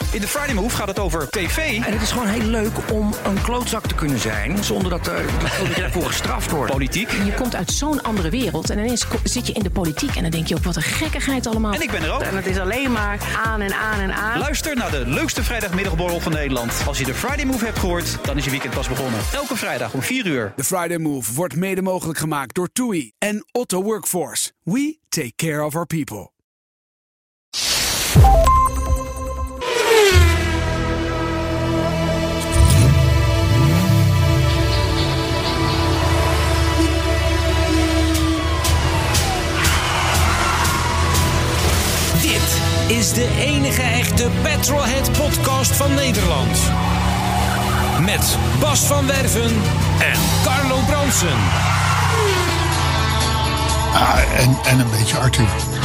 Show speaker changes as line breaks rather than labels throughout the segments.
In de Friday Move gaat het over tv.
En het is gewoon heel leuk om een klootzak te kunnen zijn zonder dat je daarvoor gestraft wordt.
Politiek.
Je komt uit zo'n andere wereld en ineens zit je in de politiek en dan denk je ook, wat een gekkigheid allemaal.
En ik ben er ook.
En het is alleen maar aan en aan en aan.
Luister naar de leukste vrijdagmiddagborrel van Nederland. Als je de Friday Move hebt gehoord, dan is je weekend pas begonnen. Elke vrijdag om 4 uur.
De Friday Move wordt mede mogelijk gemaakt door TUI en Otto Workforce. We take care of our people.
Dit is de enige echte Petrolhead podcast van Nederland. Met Bas van Werven en Carlo Bronsen.
En een beetje Arthur.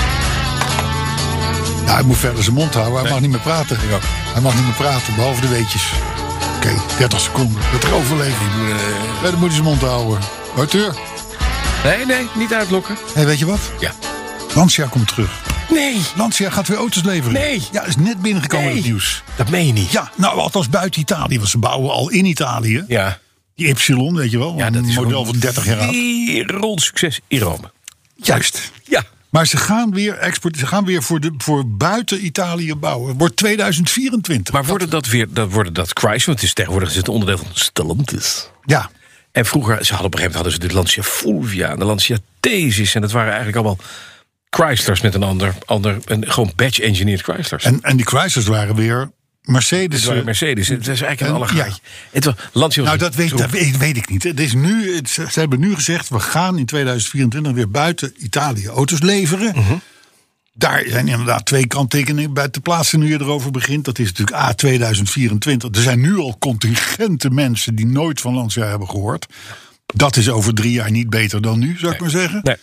Ja, hij moet verder zijn mond houden. Hij mag niet meer praten. Hij mag niet meer praten, behalve de weetjes. Oké, 30 seconden. Dat er overleving. Dan moet hij zijn mond houden. Arthur?
Nee, niet uitlokken.
Hé, weet je wat?
Ja.
Lancia komt terug.
Nee.
Lancia gaat weer auto's leveren.
Nee.
Ja, is net binnengekomen in het nieuws.
Dat meen je niet.
Ja, nou, althans buiten Italië. Want ze bouwen al in Italië.
Ja.
Die Ypsilon, weet je wel.
Ja, dat is
een model van 30 jaar oud.
Wereld succes in Rome.
Juist.
Ja.
Maar ze gaan weer voor buiten Italië bouwen. Het wordt 2024.
Maar worden dat Chrysler? Want het is tegenwoordig het onderdeel van Stellantis.
Ja.
En vroeger, op een gegeven moment hadden ze de Lancia Fulvia en de Lancia Thesis. En dat waren eigenlijk allemaal Chryslers met een gewoon badge-engineered Chryslers.
En die Chryslers waren weer Mercedes.
Het waren Mercedes. Het was eigenlijk een allegaatje.
Ja.
Lancia was
dat weet ik niet. Het is nu, ze hebben nu gezegd, we gaan in 2024 weer buiten Italië auto's leveren. Uh-huh. Daar zijn inderdaad 2 kanttekeningen bij te plaatsen nu je erover begint. Dat is natuurlijk 2024. Er zijn nu al contingenten mensen die nooit van Lancia hebben gehoord. Dat is over 3 jaar niet beter dan nu, zou ik maar zeggen. Nee.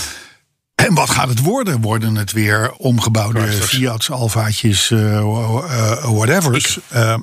En wat gaat het worden? Worden het weer omgebouwde Fiat's, Alfa'tjes, whatevers?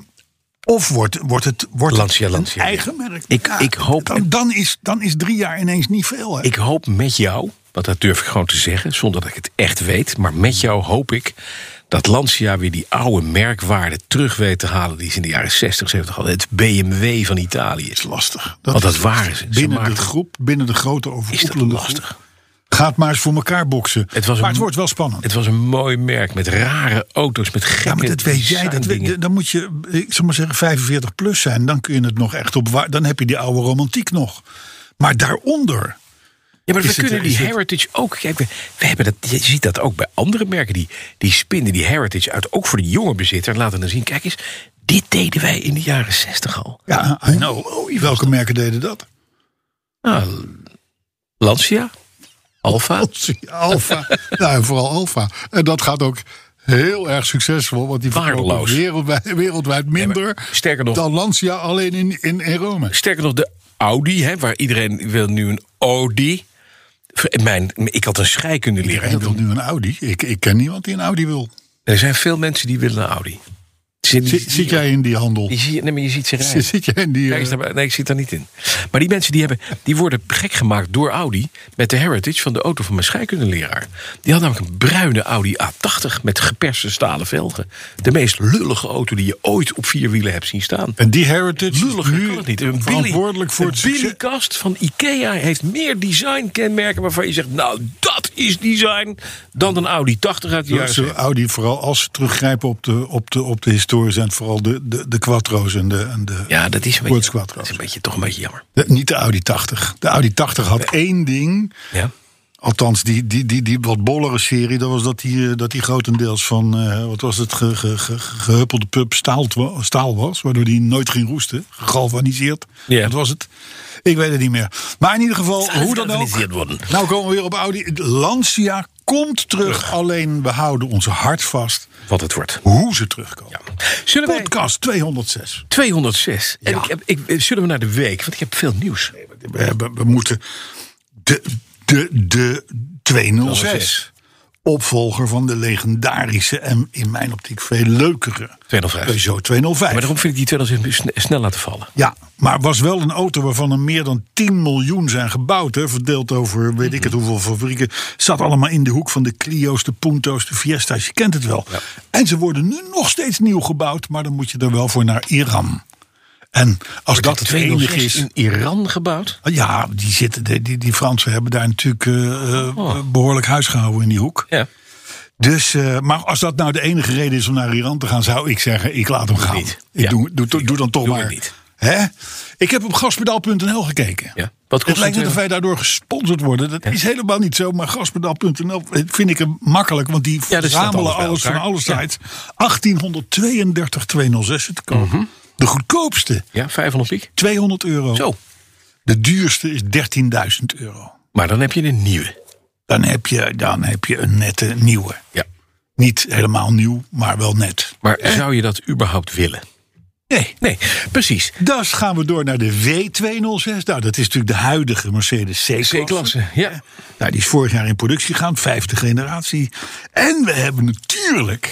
Of wordt het
Lancia,
een eigen merk?
Ik hoop.
Dan is 3 jaar ineens niet veel. Hè?
Ik hoop met jou, want dat durf ik gewoon te zeggen, zonder dat ik het echt weet. Maar met jou hoop ik dat Lancia weer die oude merkwaarde terug weet te halen die ze in de jaren 60, 70 hadden. Het BMW van Italië.
Dat is lastig.
Want dat waren ze.
Binnen de grote overkoepelende
groep. Lastig.
Gaat maar eens voor elkaar boksen. Maar het wordt wel spannend.
Het was een mooi merk met rare auto's, met gekke.
Ja, maar dat weet jij. Dan moet je, ik zal maar zeggen, 45 plus zijn. Dan kun je het nog echt dan heb je die oude romantiek nog. Maar daaronder.
Ja, maar we kunnen die heritage ook. Kijk, we hebben dat. Je ziet dat ook bij andere merken. Die spinnen die heritage uit, ook voor de jonge bezitter. Laten dan zien. Kijk eens, dit deden wij in de jaren 60 al.
Ja, I know. Welke merken deden dat?
Lancia. Alfa.
Nou, vooral Alfa. En dat gaat ook heel erg succesvol. Want die verkopen wereldwijd minder dan Lancia alleen in Rome.
Sterker nog, de Audi, waar iedereen wil nu een Audi. Ik had een scheikunde leraar.
Iedereen wil nu een Audi. Ik ken niemand die een Audi wil.
Er zijn veel mensen die willen een Audi.
Zit jij in die handel?
Maar je ziet ze rijden.
Zit jij in die...
Nee, ik zit daar niet in. Maar die mensen die worden gek gemaakt door Audi met de heritage van de auto van mijn scheikundeleraar. Die had namelijk een bruine Audi A80 met geperste stalen velgen. De meest lullige auto die je ooit op 4 wielen hebt zien staan.
En die heritage
lulliger kan het niet. Een
verantwoordelijk voor het succes.
Billy Kast van Ikea heeft meer designkenmerken waarvan je zegt, nou, dat is design, dan een Audi 80 uit de jaren.
Audi, vooral als ze teruggrijpen op de historie, zijn vooral de Quattro's en de
ja, dat is
een beetje,
toch een beetje jammer.
Niet de Audi 80. De Audi 80 had één ding. Ja. Althans, die wat bollere serie, dat was dat die grotendeels van wat was het, gehuppelde pub staal was, waardoor die nooit ging roesten, gegalvaniseerd. Ja. Dat was het. Ik weet het niet meer. Maar in ieder geval, hoe dan ook. Nou komen we weer op Audi. Lancia komt terug. Alleen we houden onze hart vast.
Wat het wordt.
Hoe ze terugkomen.
Ja.
Podcast 206.
206. En ja. Zullen we naar de week? Want ik heb veel nieuws.
We moeten de 206. opvolger van de legendarische en in mijn optiek veel leukere
205.
Peugeot 205.
Maar daarom vind ik die 205 snel laten vallen.
Ja, maar was wel een auto waarvan er meer dan 10 miljoen zijn gebouwd. Hè, verdeeld over weet ik het hoeveel fabrieken. Zat allemaal in de hoek van de Clio's, de Punto's, de Fiesta's. Je kent het wel. Ja. En ze worden nu nog steeds nieuw gebouwd. Maar dan moet je er wel voor naar Iran. En als dat het enige is.
In Iran gebouwd?
Ja, die Fransen hebben daar natuurlijk behoorlijk huis gehouden in die hoek.
Ja.
Dus, maar als dat nou de enige reden is om naar Iran te gaan, zou ik zeggen, ik laat hem gaan.
Niet.
Ik doe dan toch maar.
Niet.
Hè? Ik heb op gaspedaal.nl gekeken.
Ja. Wat kost
het lijkt net of wij daardoor gesponsord worden. Dat is helemaal niet zo. Maar gaspedaal.nl vind ik hem makkelijk. Want die verzamelen alles van alle sites. 1832 206 te kopen. Mm-hmm. De goedkoopste.
Ja, 500 piek.
€200.
Zo.
De duurste is €13.000.
Maar dan heb je een nieuwe.
Dan heb je een nette nieuwe.
Ja.
Niet helemaal nieuw, maar wel net.
Maar zou je dat überhaupt willen? Nee, precies.
Dus gaan we door naar de W206. Nou, dat is natuurlijk de huidige Mercedes C-klasse.
Ja.
Nou, die is vorig jaar in productie gegaan, 5e generatie. En we hebben natuurlijk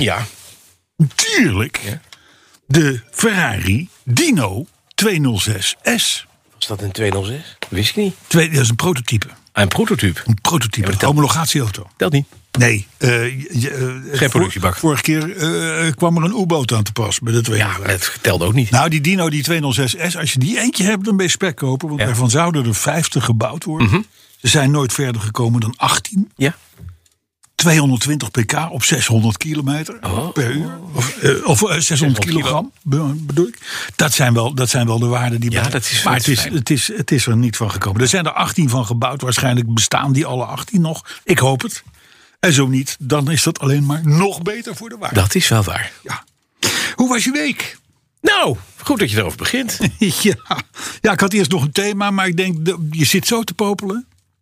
de Ferrari Dino 206S.
Was dat een 206? Wist ik niet.
Dat is een prototype.
Een prototype?
Een prototype, een homologatieauto.
Telt niet.
Nee.
Geen productiebak.
Vorige keer kwam er een U-boot aan te pas bij de 205.
Ja, dat telde ook niet.
Nou, die Dino, die 206S, als je die eentje hebt, dan ben je spek kopen. Want daarvan zouden er 50 gebouwd worden. Mm-hmm. Ze zijn nooit verder gekomen dan 18.
Ja.
220 pk op 600 kilometer per uur. Of 600 kilogram, bedoel ik. Dat zijn wel de waarden die...
Ja, dat is
maar het is er niet van gekomen. Er zijn er 18 van gebouwd. Waarschijnlijk bestaan die alle 18 nog. Ik hoop het. En zo niet, dan is dat alleen maar nog beter voor de waarde.
Dat is wel waar.
Ja. Hoe was je week?
Nou, goed dat je erover begint.
Ja, ik had eerst nog een thema, maar ik denk, je zit zo te popelen.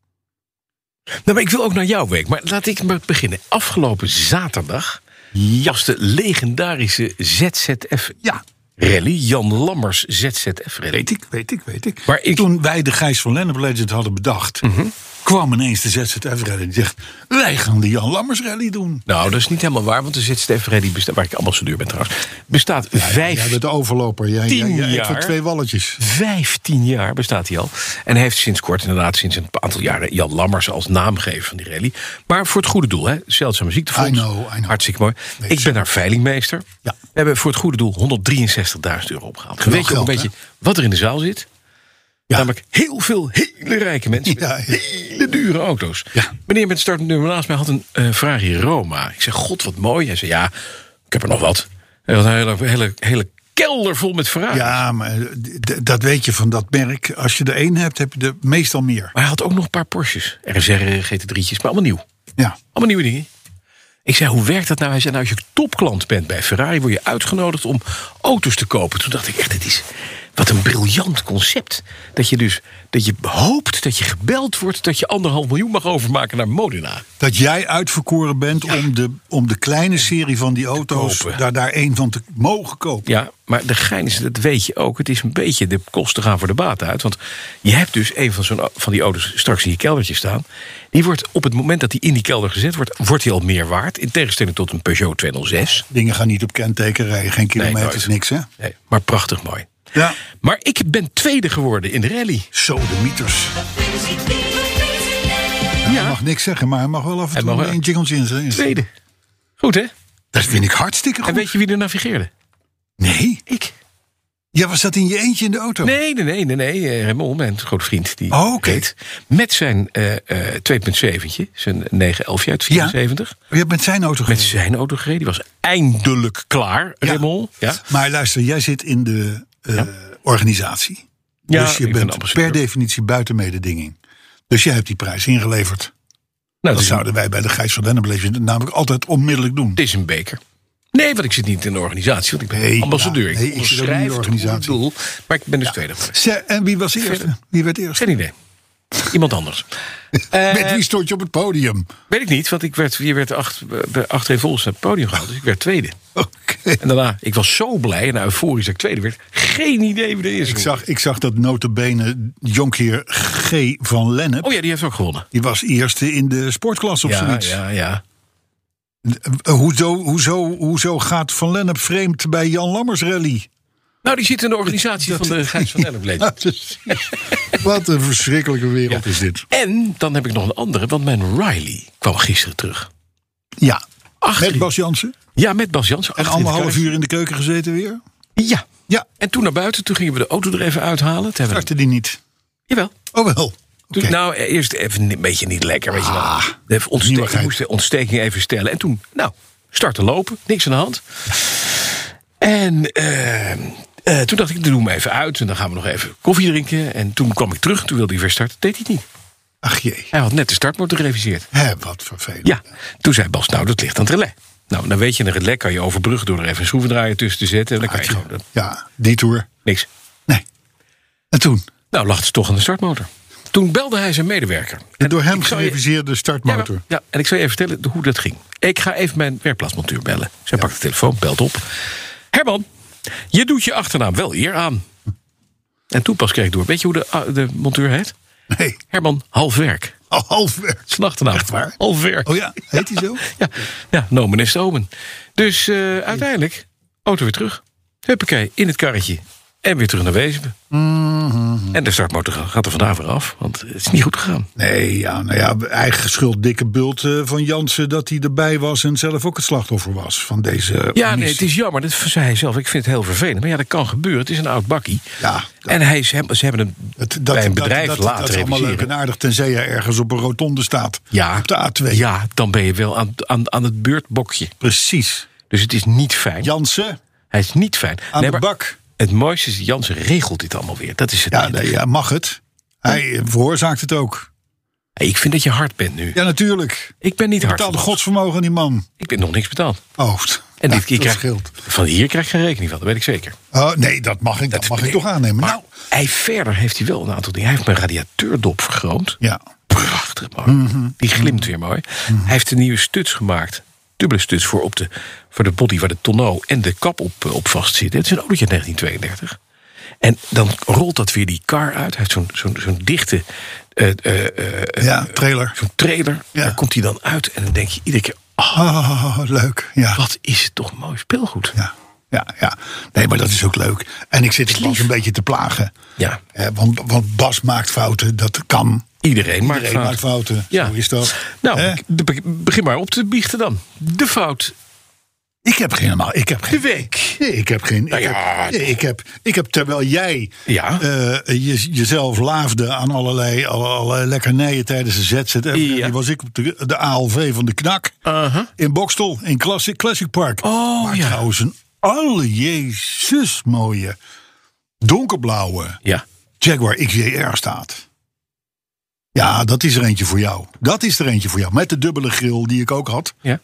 Nou, maar ik wil ook naar jouw week. Maar laat ik maar beginnen. Afgelopen zaterdag was de legendarische ZZF rally. Jan Lammers ZZF rally.
Weet ik. Maar toen wij de Gijs van Lennep Legend hadden bedacht... kwam ineens de ZZF rally die zegt... wij gaan de Jan Lammers rally doen.
Nou, dat is niet helemaal waar. Want de ZZF rally bestaat, waar ik ambassadeur ben trouwens... bestaat 15
jij bent de overloper. Jij
jaar.
Voor 2 walletjes.
15 jaar bestaat hij al. En heeft sinds kort, inderdaad, sinds een aantal jaren... Jan Lammers als naamgever van die rally. Maar voor het goede doel, hè. Zeldzame ziektefonds.
I know.
Hartstikke mooi. Ik ben daar veilingmeester. Ja. We hebben voor het goede doel €163.000 opgehaald. Weet je ook een beetje wat er in de zaal zit? Ja. Namelijk heel veel hele rijke mensen met hele dure auto's. Ja. Meneer met startnummer naast mij had een Ferrari Roma. Ik zei, god wat mooi. Hij zei, ja, ik heb er nog wat. Hij had een hele kelder vol met Ferraris. Ja,
maar dat weet je van dat merk. Als je er één hebt, heb je er meestal meer.
Maar hij had ook nog een paar Porsches. RSR, GT3'tjes, maar allemaal nieuw.
Ja.
Allemaal nieuwe dingen. Ik zei, hoe werkt dat nou? Hij zei, nou, als je topklant bent bij Ferrari... word je uitgenodigd om auto's te kopen. Toen dacht ik echt, het is... Wat een briljant concept. Dat je hoopt dat je gebeld wordt... dat je $1,5 miljoen mag overmaken naar Modena.
Dat jij uitverkoren bent om de kleine serie van die auto's... daar één van te mogen kopen.
Ja, maar de gein is, dat weet je ook... het is een beetje de kosten gaan voor de baat uit. Want je hebt dus een van die auto's straks in je keldertje staan. Die wordt op het moment dat die in die kelder gezet wordt die al meer waard. In tegenstelling tot een Peugeot 206.
Dingen gaan niet op kenteken rijden. Geen kilometers, niks hè?
Nee, maar prachtig mooi.
Ja.
Maar ik ben tweede geworden in de rally.
Zo, de mieters. Ja. Hij mag niks zeggen, maar hij mag wel af en toe een jingletje in.
Tweede. Goed, hè?
Dat vind ik hartstikke goed.
En weet je wie er navigeerde?
Nee.
Ik.
Ja, was dat in je eentje in de auto?
Nee. Raymond, mijn grote vriend, die
reed
met zijn 2.7'tje, zijn 911 uit 74.
Ja. Je hebt met zijn auto gereden?
Met zijn auto gereden. Die was eindelijk klaar, Raymond. Ja.
Maar luister, jij zit in de organisatie.
Ja,
dus je bent per definitie buiten mededinging. Dus jij hebt die prijs ingeleverd. Nou, dat zouden wij bij de Gijs van Lennep namelijk altijd onmiddellijk doen.
Het is een beker. Nee, want ik zit niet in de organisatie. Want ik ben ambassadeur.
Ik onderschrijf in de organisatie.
Doel, maar ik ben dus tweede.
En wie was eerst? Wie werd eerst?
Geen idee. Iemand anders.
Met wie stond je op het podium?
Weet ik niet, want je werd achtereenvolgens naar het podium gehaald. Dus ik werd tweede.
Okay.
En daarna, ik was zo blij en euforisch dat ik tweede werd. Geen idee wie de eerste was.
Ik zag dat notabene jonkheer G. van Lennep.
Oh ja, die heeft ook gewonnen.
Die was eerste in de sportklasse of zoiets.
Ja.
Hoezo gaat Van Lennep vreemd bij Jan Lammers rally?
Nou, die zit in de organisatie van de Gijs van Lennep Legend.
Wat een verschrikkelijke wereld is dit.
En dan heb ik nog een andere, want mijn Riley kwam gisteren terug.
Ja, met Bas Jansen.
Ja, met Bas Jansen.
En 1,5 uur in de keuken gezeten weer?
Ja. En toen naar buiten, toen gingen we de auto er even uithalen.
Startte die niet?
Jawel.
Oh wel.
Toen, nou, eerst even een beetje niet lekker, weet je wel. Ik moest de ontsteking even stellen. En toen, starten lopen, niks aan de hand. En toen dacht ik, doe hem even uit. En dan gaan we nog even koffie drinken. En toen kwam ik terug, toen wilde hij weer starten. Deed hij het niet.
Ach jee.
Hij had net de startmotor gereviseerd.
Wat vervelend.
Ja, toen zei Bas, dat ligt aan het relais. Nou, dan weet je, een relais kan je overbruggen door er even een schroevendraaier tussen te zetten. En dan kan je gewoon...
Ja, detour.
Niks.
Nee. En toen?
Nou, lag het toch aan de startmotor. Toen belde hij zijn medewerker.
En door hem gereviseerde startmotor.
Ja, en ik zal je even vertellen hoe dat ging. Ik ga even mijn werkplaatsmonteur bellen. Zij pakt de telefoon, belt op. Herman, je doet je achternaam wel eer aan. En toen pas kreeg ik door. Weet je hoe de monteur heet?
Nee.
Herman Halfwerk.
Halfwerk.
Zijn achternaam.
Echt waar?
Halfwerk.
Oh ja, heet hij zo?
Ja, nomen is omen. Dus uiteindelijk, auto weer terug. Huppakee, in het karretje. En weer terug naar Wezen. En de startmotor gaat er vandaag weer af. Want het is niet goed gegaan.
Nee, eigen schuld, dikke bult van Jansen dat hij erbij was en zelf ook het slachtoffer was van deze.
Ja, nee, het is jammer. Dat zei hij zelf. Ik vind het heel vervelend. Maar ja, dat kan gebeuren. Het is een oud bakkie. Ja. En ze hebben hem bij een bedrijf laten reviseren. Dat is allemaal leuk en aardig,
tenzij je ergens op een rotonde staat.
Ja,
op de A2.
Ja, dan ben je wel aan het beurtbokje.
Precies.
Dus het is niet fijn.
Jansen.
Hij is niet fijn.
Aan de bak.
Het mooiste is, Jansen regelt dit allemaal weer. Dat is het.
Ja, mag het. Hij veroorzaakt het ook.
Ik vind dat je hard bent nu.
Ja, natuurlijk.
Ik ben niet hard.
Betaalt godsvermogen aan die man.
Ik ben nog niks betaald.
Oh,
en dit keer van hier krijg ik geen rekening van, dat weet ik zeker.
Oh, nee, dat mag ik toch aannemen.
Maar verder heeft hij wel een aantal dingen. Hij heeft mijn radiateurdop vergroot.
Ja.
Prachtig mooi. Die glimt weer mooi. Hij heeft een nieuwe stuts gemaakt. Dubbele stuts voor de body waar de tonneau en de kap op vastzitten. Het is een autootje 1932. En dan rolt dat weer die car uit. Hij heeft zo'n dichte
trailer.
Zo'n trailer. Ja. Daar komt hij dan uit. En dan denk je iedere keer...
leuk. Ja.
Wat is het toch mooi speelgoed.
Ja. Nee, maar dat is ook leuk. En ik zit Bas een beetje te plagen.
Ja.
Want Bas maakt fouten. Dat kan.
Iedereen maakt
fouten.
Ja.
Zo is dat.
Nou, begin maar op te biechten dan. De fout.
Ik heb geen.
De week.
Nee, ik heb geen. Ik heb terwijl jij jezelf laafde aan allerlei lekkernijen tijdens de ZZF. Was ik op de ALV van de Knak. In Bokstel, in Classic Park. Maar trouwens een Jezus mooie donkerblauwe Jaguar XJR staat. Ja, dat is er eentje voor jou. Met de dubbele grill die ik ook had.
Ja.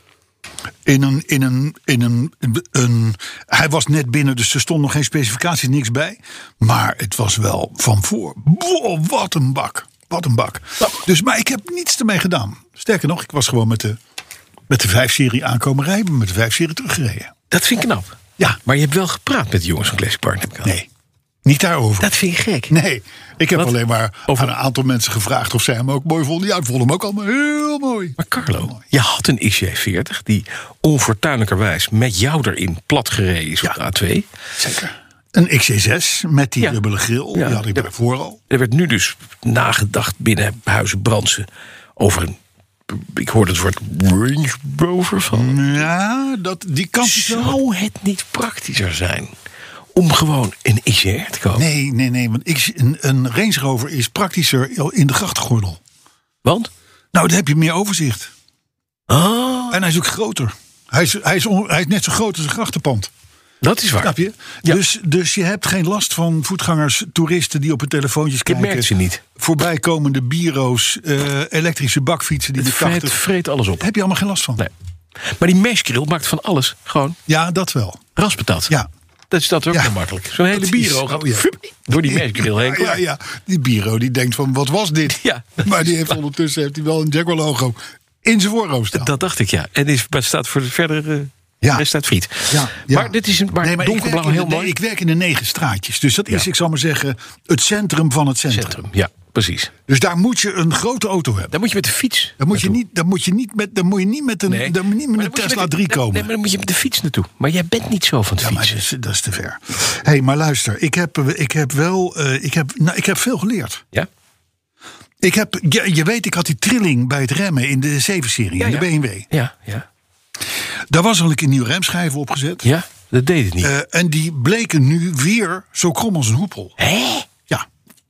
Hij was net binnen, dus er stond nog geen specificatie, niks bij. Maar het was wel van voor. Wow, wat een bak. Dus, maar ik heb niets ermee gedaan. Sterker nog, ik was gewoon met de 5-serie aankomen rijden. Met de 5-serie teruggereden.
Dat vind ik knap.
Ja.
Maar je hebt wel gepraat met de jongens van Classic Park.
Nee. Niet daarover.
Dat vind je gek.
Nee, ik heb alleen maar aan een aantal mensen gevraagd of zij hem ook mooi vonden. Ja, ik vond hem ook allemaal heel mooi.
Maar Carlo, je had een XJ40 die onfortuinlijkerwijs met jou erin plat gereden is op de A2.
Zeker. Een XJ6 met die dubbele grill. Die had ik daarvoor al.
Er werd nu dus nagedacht binnen Huizen Brandsen over een... Ik hoorde het woord Range Rover van.
Ja, die kant
zou het niet praktischer zijn om gewoon een XJR te kopen?
Nee, want een Range Rover is praktischer in de grachtgordel.
Want?
Nou, dan heb je meer overzicht. En hij is ook groter. Hij is net zo groot als een grachtenpand.
Dat is waar.
Snap je? Ja. Dus je hebt geen last van voetgangers, toeristen die op hun telefoontjes kijken.
Je merkt ze niet.
Voorbijkomende bureaus, elektrische bakfietsen. Die
het vreet alles op.
Heb je allemaal geen last van.
Nee. Maar die meshgrill maakt van alles gewoon...
Ja, dat wel.
Raspatat.
Ja.
Dat is ook wel makkelijk. Zo'n hele bureau gaat door die meshgrill heen.
Ja. Die bureau die denkt van, wat was dit?
Ja.
Maar die heeft ondertussen wel een Jaguar logo in zijn voorhoofd staan.
Dat dacht ik, ja. En die staat voor de verdere... De rest staat friet.
Ja.
Maar dit is donkerblauw heel mooi.
Ik werk in de 9 straatjes. Dus dat is, ik zal maar zeggen, het centrum van het centrum.
Ja, precies.
Dus daar moet je een grote auto hebben.
Dan moet je met de fiets.
Dan moet je niet met een Tesla 3 komen.
Nee, maar dan moet je met de fiets naartoe. Maar jij bent niet zo van het fietsen.
Maar dat is te ver. Hé, maar luister, ik heb veel geleerd.
Ja?
Je weet, ik had die trilling bij het remmen in de 7-serie, in de BMW.
Ja.
Daar was al een nieuwe remschijf opgezet.
Ja, dat deed het niet.
En die bleken nu weer zo krom als een hoepel.
Hé?
Ja.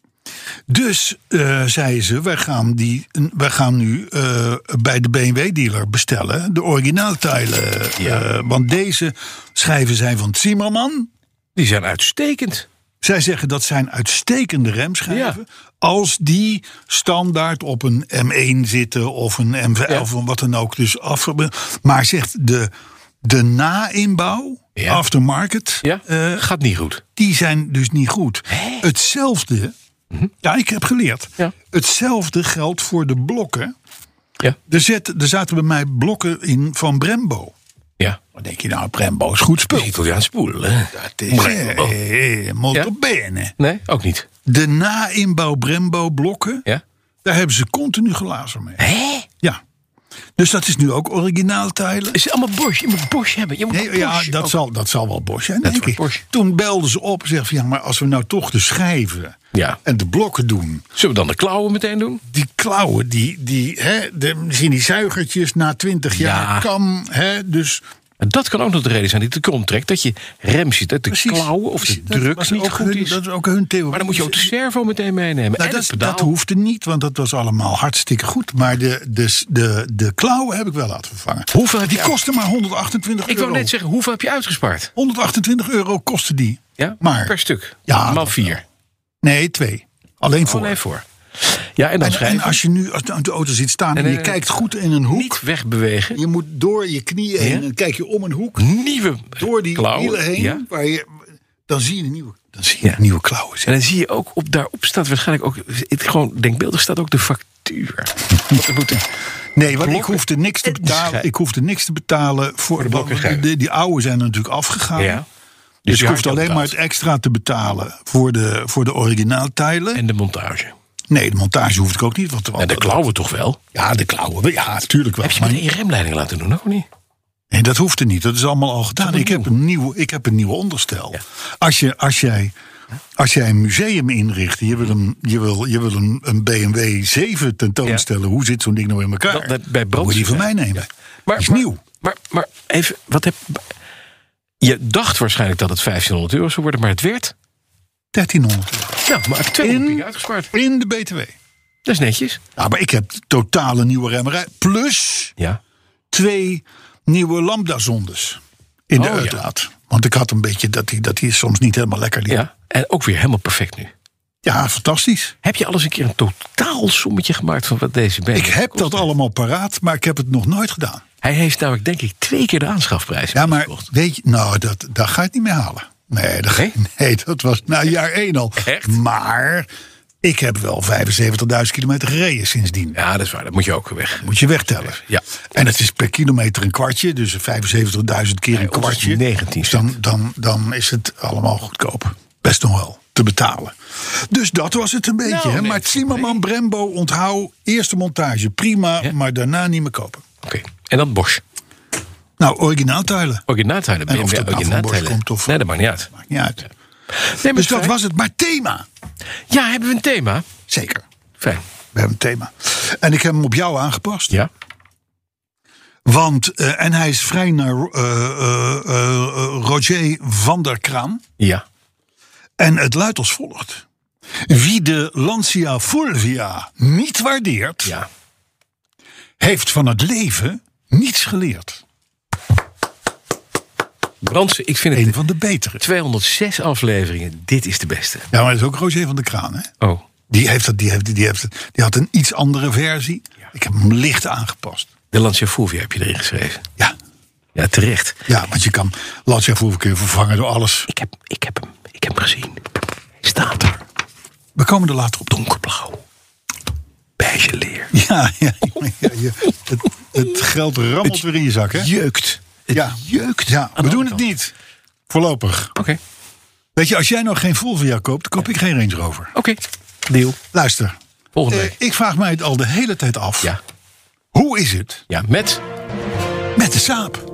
Dus zeiden ze, wij gaan nu bij de BMW-dealer bestellen de originaalteilen. Want deze schijven zijn van Zimmermann.
Die zijn uitstekend.
Zij zeggen dat zijn uitstekende remschijven. Ja. Als die standaard op een M1 zitten of een M5 of wat dan ook. Dus maar zegt de na-inbouw, aftermarket,
gaat niet goed.
Die zijn dus niet goed. Hetzelfde, ja, ik heb geleerd. Ja. Hetzelfde geldt voor de blokken. Ja. Er zaten bij mij blokken in van Brembo.
Ja.
Dan denk je, nou, Brembo is goed spul.
Italiaans spoel, hè?
Dat is molto bene.
Nee, ook niet.
De na-inbouw Brembo blokken, daar hebben ze continu glazen mee.
Hè?
Ja. Dus dat is nu ook originaalteilen.
Is het allemaal Bosch? Je moet Bosch hebben. Je moet
dat zal wel Bosch zijn, denk ik.
Bosch.
Toen belden ze op en zeggen van, maar als we nou toch de schijven en de blokken doen.
Zullen we dan de klauwen meteen doen?
Die klauwen, zien die zuigertjes na 20 jaar kan, dus...
En dat kan ook nog de reden zijn die te krom trekt. Dat je rem ziet uit de klauwen of de druk niet goed is.
Dat is ook hun theorie.
Maar dan moet je ook de servo meteen meenemen.
Nou, dat hoefde niet, want dat was allemaal hartstikke goed. Maar de klauwen heb ik wel laten vervangen. Die kosten maar 128 euro.
Ik wou net zeggen, hoeveel heb je uitgespaard?
128 euro kostte die.
Ja?
Maar,
per stuk?
Ja.
Maal 4?
Nee, 2. Alleen voor.
Alleen voor. Ja, en als
je nu de auto ziet staan en je kijkt goed in een hoek.
Niet wegbewegen.
Je moet door je knieën heen en kijk je om een hoek.
Nieuwe
door die
klauwen,
wielen heen. Dan zie je een nieuwe klauwen.
En dan zie je ook, daarop staat waarschijnlijk ook, gewoon denkbeeldig staat ook de factuur.
Nee, want ik hoefde niks te betalen. Ik hoefde niks te betalen voor de blokken. Die oude zijn er natuurlijk afgegaan. Ja. Dus ik hoefde alleen maar het extra te betalen voor de originaalteilen.
En de montage.
Nee, de montage hoefde ik ook niet.
En de klauwen toch wel?
Ja, de klauwen, ja, natuurlijk wel.
Heb je meteen je remleiding laten doen, ook niet?
Nee, dat hoefde niet. Dat is allemaal al gedaan. Ik heb een nieuw onderstel. Ja. Als jij een museum inricht, je wil een BMW 7 tentoonstellen. Hoe zit zo'n ding nou in elkaar?
Bij
moet je die van mij nemen.
Ja.
Maar, is nieuw.
Maar even, je dacht waarschijnlijk dat het €1500 zou worden, maar het werd
€1300.
Ja, maar ik heb 200 piek uitgespaard.
In de BTW.
Dat is netjes.
Ja, maar ik heb totale nieuwe remmerij. Plus 2 nieuwe lambda-zondes in de uitlaat. Ja. Want ik had een beetje dat die soms niet helemaal lekker liep.
Ja, en ook weer helemaal perfect nu.
Ja, fantastisch.
Heb je al eens een keer een totaalsommetje gemaakt van wat deze BMW
Ik heb kost? Dat allemaal paraat, maar ik heb het nog nooit gedaan.
Hij heeft namelijk, denk ik, 2 keer de aanschafprijs.
Ja, maar weet je, nou, daar ga je het niet mee halen. Nee, dat was na jaar 1 al.
Echt?
Maar ik heb wel 75.000 kilometer gereden sindsdien.
Ja, dat is waar. Dat moet je ook
Moet je wegtellen.
Ja.
En het is per kilometer een kwartje. Dus 75.000 keer een kwartje.
19
cent. Dan is het allemaal goedkoop. Best nog wel te betalen. Dus dat was het een beetje. Nou, maar Zimmermann, Brembo, onthoud. Eerste montage, prima. Ja. Maar daarna niet meer kopen.
Oké. En dan Bosch.
Nou, originaalteilen.
Originaalteilen.
En of het nou van Bosch komt of...
Nee, dat maakt niet uit.
Maakt niet uit. Nee, dus dat was het. Maar thema.
Ja, hebben we een thema?
Zeker.
Fijn.
We hebben een thema. En ik heb hem op jou aangepast.
Ja.
Want, en hij is vrij naar Roger van der Kraan.
Ja.
En het luidt als volgt. Wie de Lancia Fulvia niet waardeert... heeft van het leven niets geleerd.
Brandsen, ik vind het
een van de betere.
206 afleveringen, dit is de beste.
Ja, maar dat is ook Roger van der Kraan, hè?
Oh.
Die had een iets andere versie. Ja. Ik heb hem licht aangepast.
De Lancia Fulvia heb je erin geschreven.
Ja.
Ja, terecht.
Ja, want je kan Lancia Fulvia vervangen door alles.
Ik heb hem gezien. Hij staat er.
We komen er later op.
Donkerblauw. Beige leer.
Ja. Het geld rammelt weer in je zak, hè?
Jeukt.
Ja.
jeukt.
Ja,
aan
we
de
doen het
auto.
niet. Voorlopig.
Oké.
Weet je, als jij nog geen Volvia koopt, dan koop ik geen Range Rover.
Oké. Deal.
Luister,
Volgende week.
ik vraag mij het al de hele tijd af.
Ja.
Hoe is het
Ja, met...
met de Saab?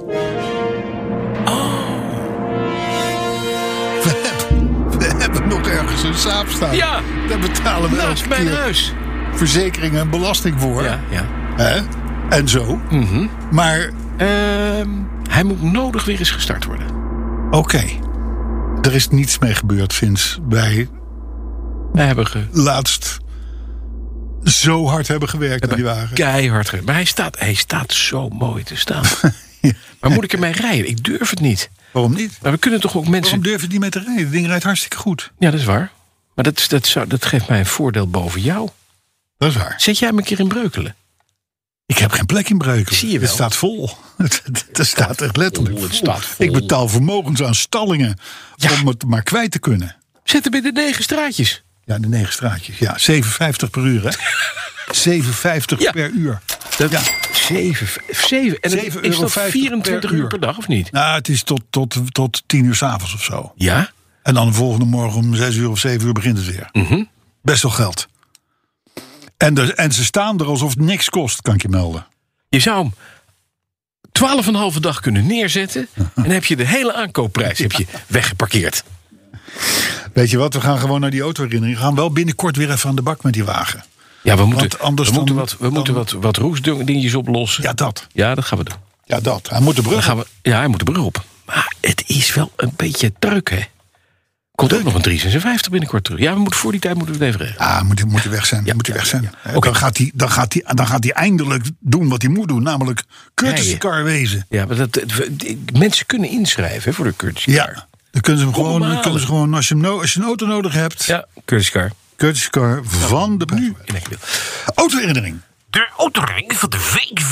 We hebben nog ergens een Saab staan.
Ja.
Daar betalen we
Naast
elke
mijn
keer
huis.
verzekering en belasting voor.
Ja.
Hè? En zo. Maar
Hij moet nodig weer eens gestart worden.
oké. Er is niets mee gebeurd sinds wij
Wij hebben
laatst zo hard hebben gewerkt aan die wagen.
keihard gereden. Maar hij staat zo mooi te staan. Maar moet ik ermee rijden? Ik durf het niet.
Waarom niet?
Maar we kunnen toch ook mensen...
Waarom durf je het niet mee te rijden? Het ding rijdt hartstikke goed.
Ja, dat is waar. Maar dat geeft mij een voordeel boven jou.
Dat is waar.
Zet jij hem een keer in Breukelen?
Ik heb geen plek in Breukelen.
Zie je wel.
Het staat vol. Het staat echt letterlijk
Het
vol.
staat vol.
Ik betaal vermogens aan stallingen om het maar kwijt te kunnen.
Zet hem in de 9 straatjes.
Ja, de 9 straatjes. Ja, 7,50 per uur, hè? 7,50
Ja.
per uur.
Dat,
Ja.
7. En is dat
7,50
24
per
uur
uur
per dag of niet?
Nou, het is tot 10 uur 's avonds of zo.
Ja?
En dan de volgende morgen om 6 uur of 7 uur begint het weer. Best wel geld. En ze staan er alsof het niks kost, kan ik je melden.
Je zou hem 12,5 dag kunnen neerzetten. En dan heb je de hele aankoopprijs heb je weggeparkeerd.
Weet je wat, we gaan gewoon naar die autoherinnering. We gaan wel binnenkort weer even aan de bak met die wagen.
Ja, we
Want anders
moeten wat roestdingetjes oplossen.
Ja, dat.
Ja, dat gaan we doen.
Ja, dat. Hij moet de brug.
Hij moet de brug op. Maar het is wel een beetje druk, hè? Komt ook nog een 356 binnenkort terug. Ja, voor die tijd moeten we het even regelen.
Ah, moet hij weg zijn.
Ja,
moet hij weg zijn.
ja. Oké.
Dan gaat hij eindelijk doen wat hij moet doen. Namelijk courtesy car wezen.
Ja, maar mensen kunnen inschrijven hè, voor de courtesy car.
Ja, dan kunnen ze hem
Kom hem halen.
als je een auto nodig hebt.
Ja, courtesy car.
Courtesy car van de
Nu in één keer.
autoherinnering.
De autoring van de week.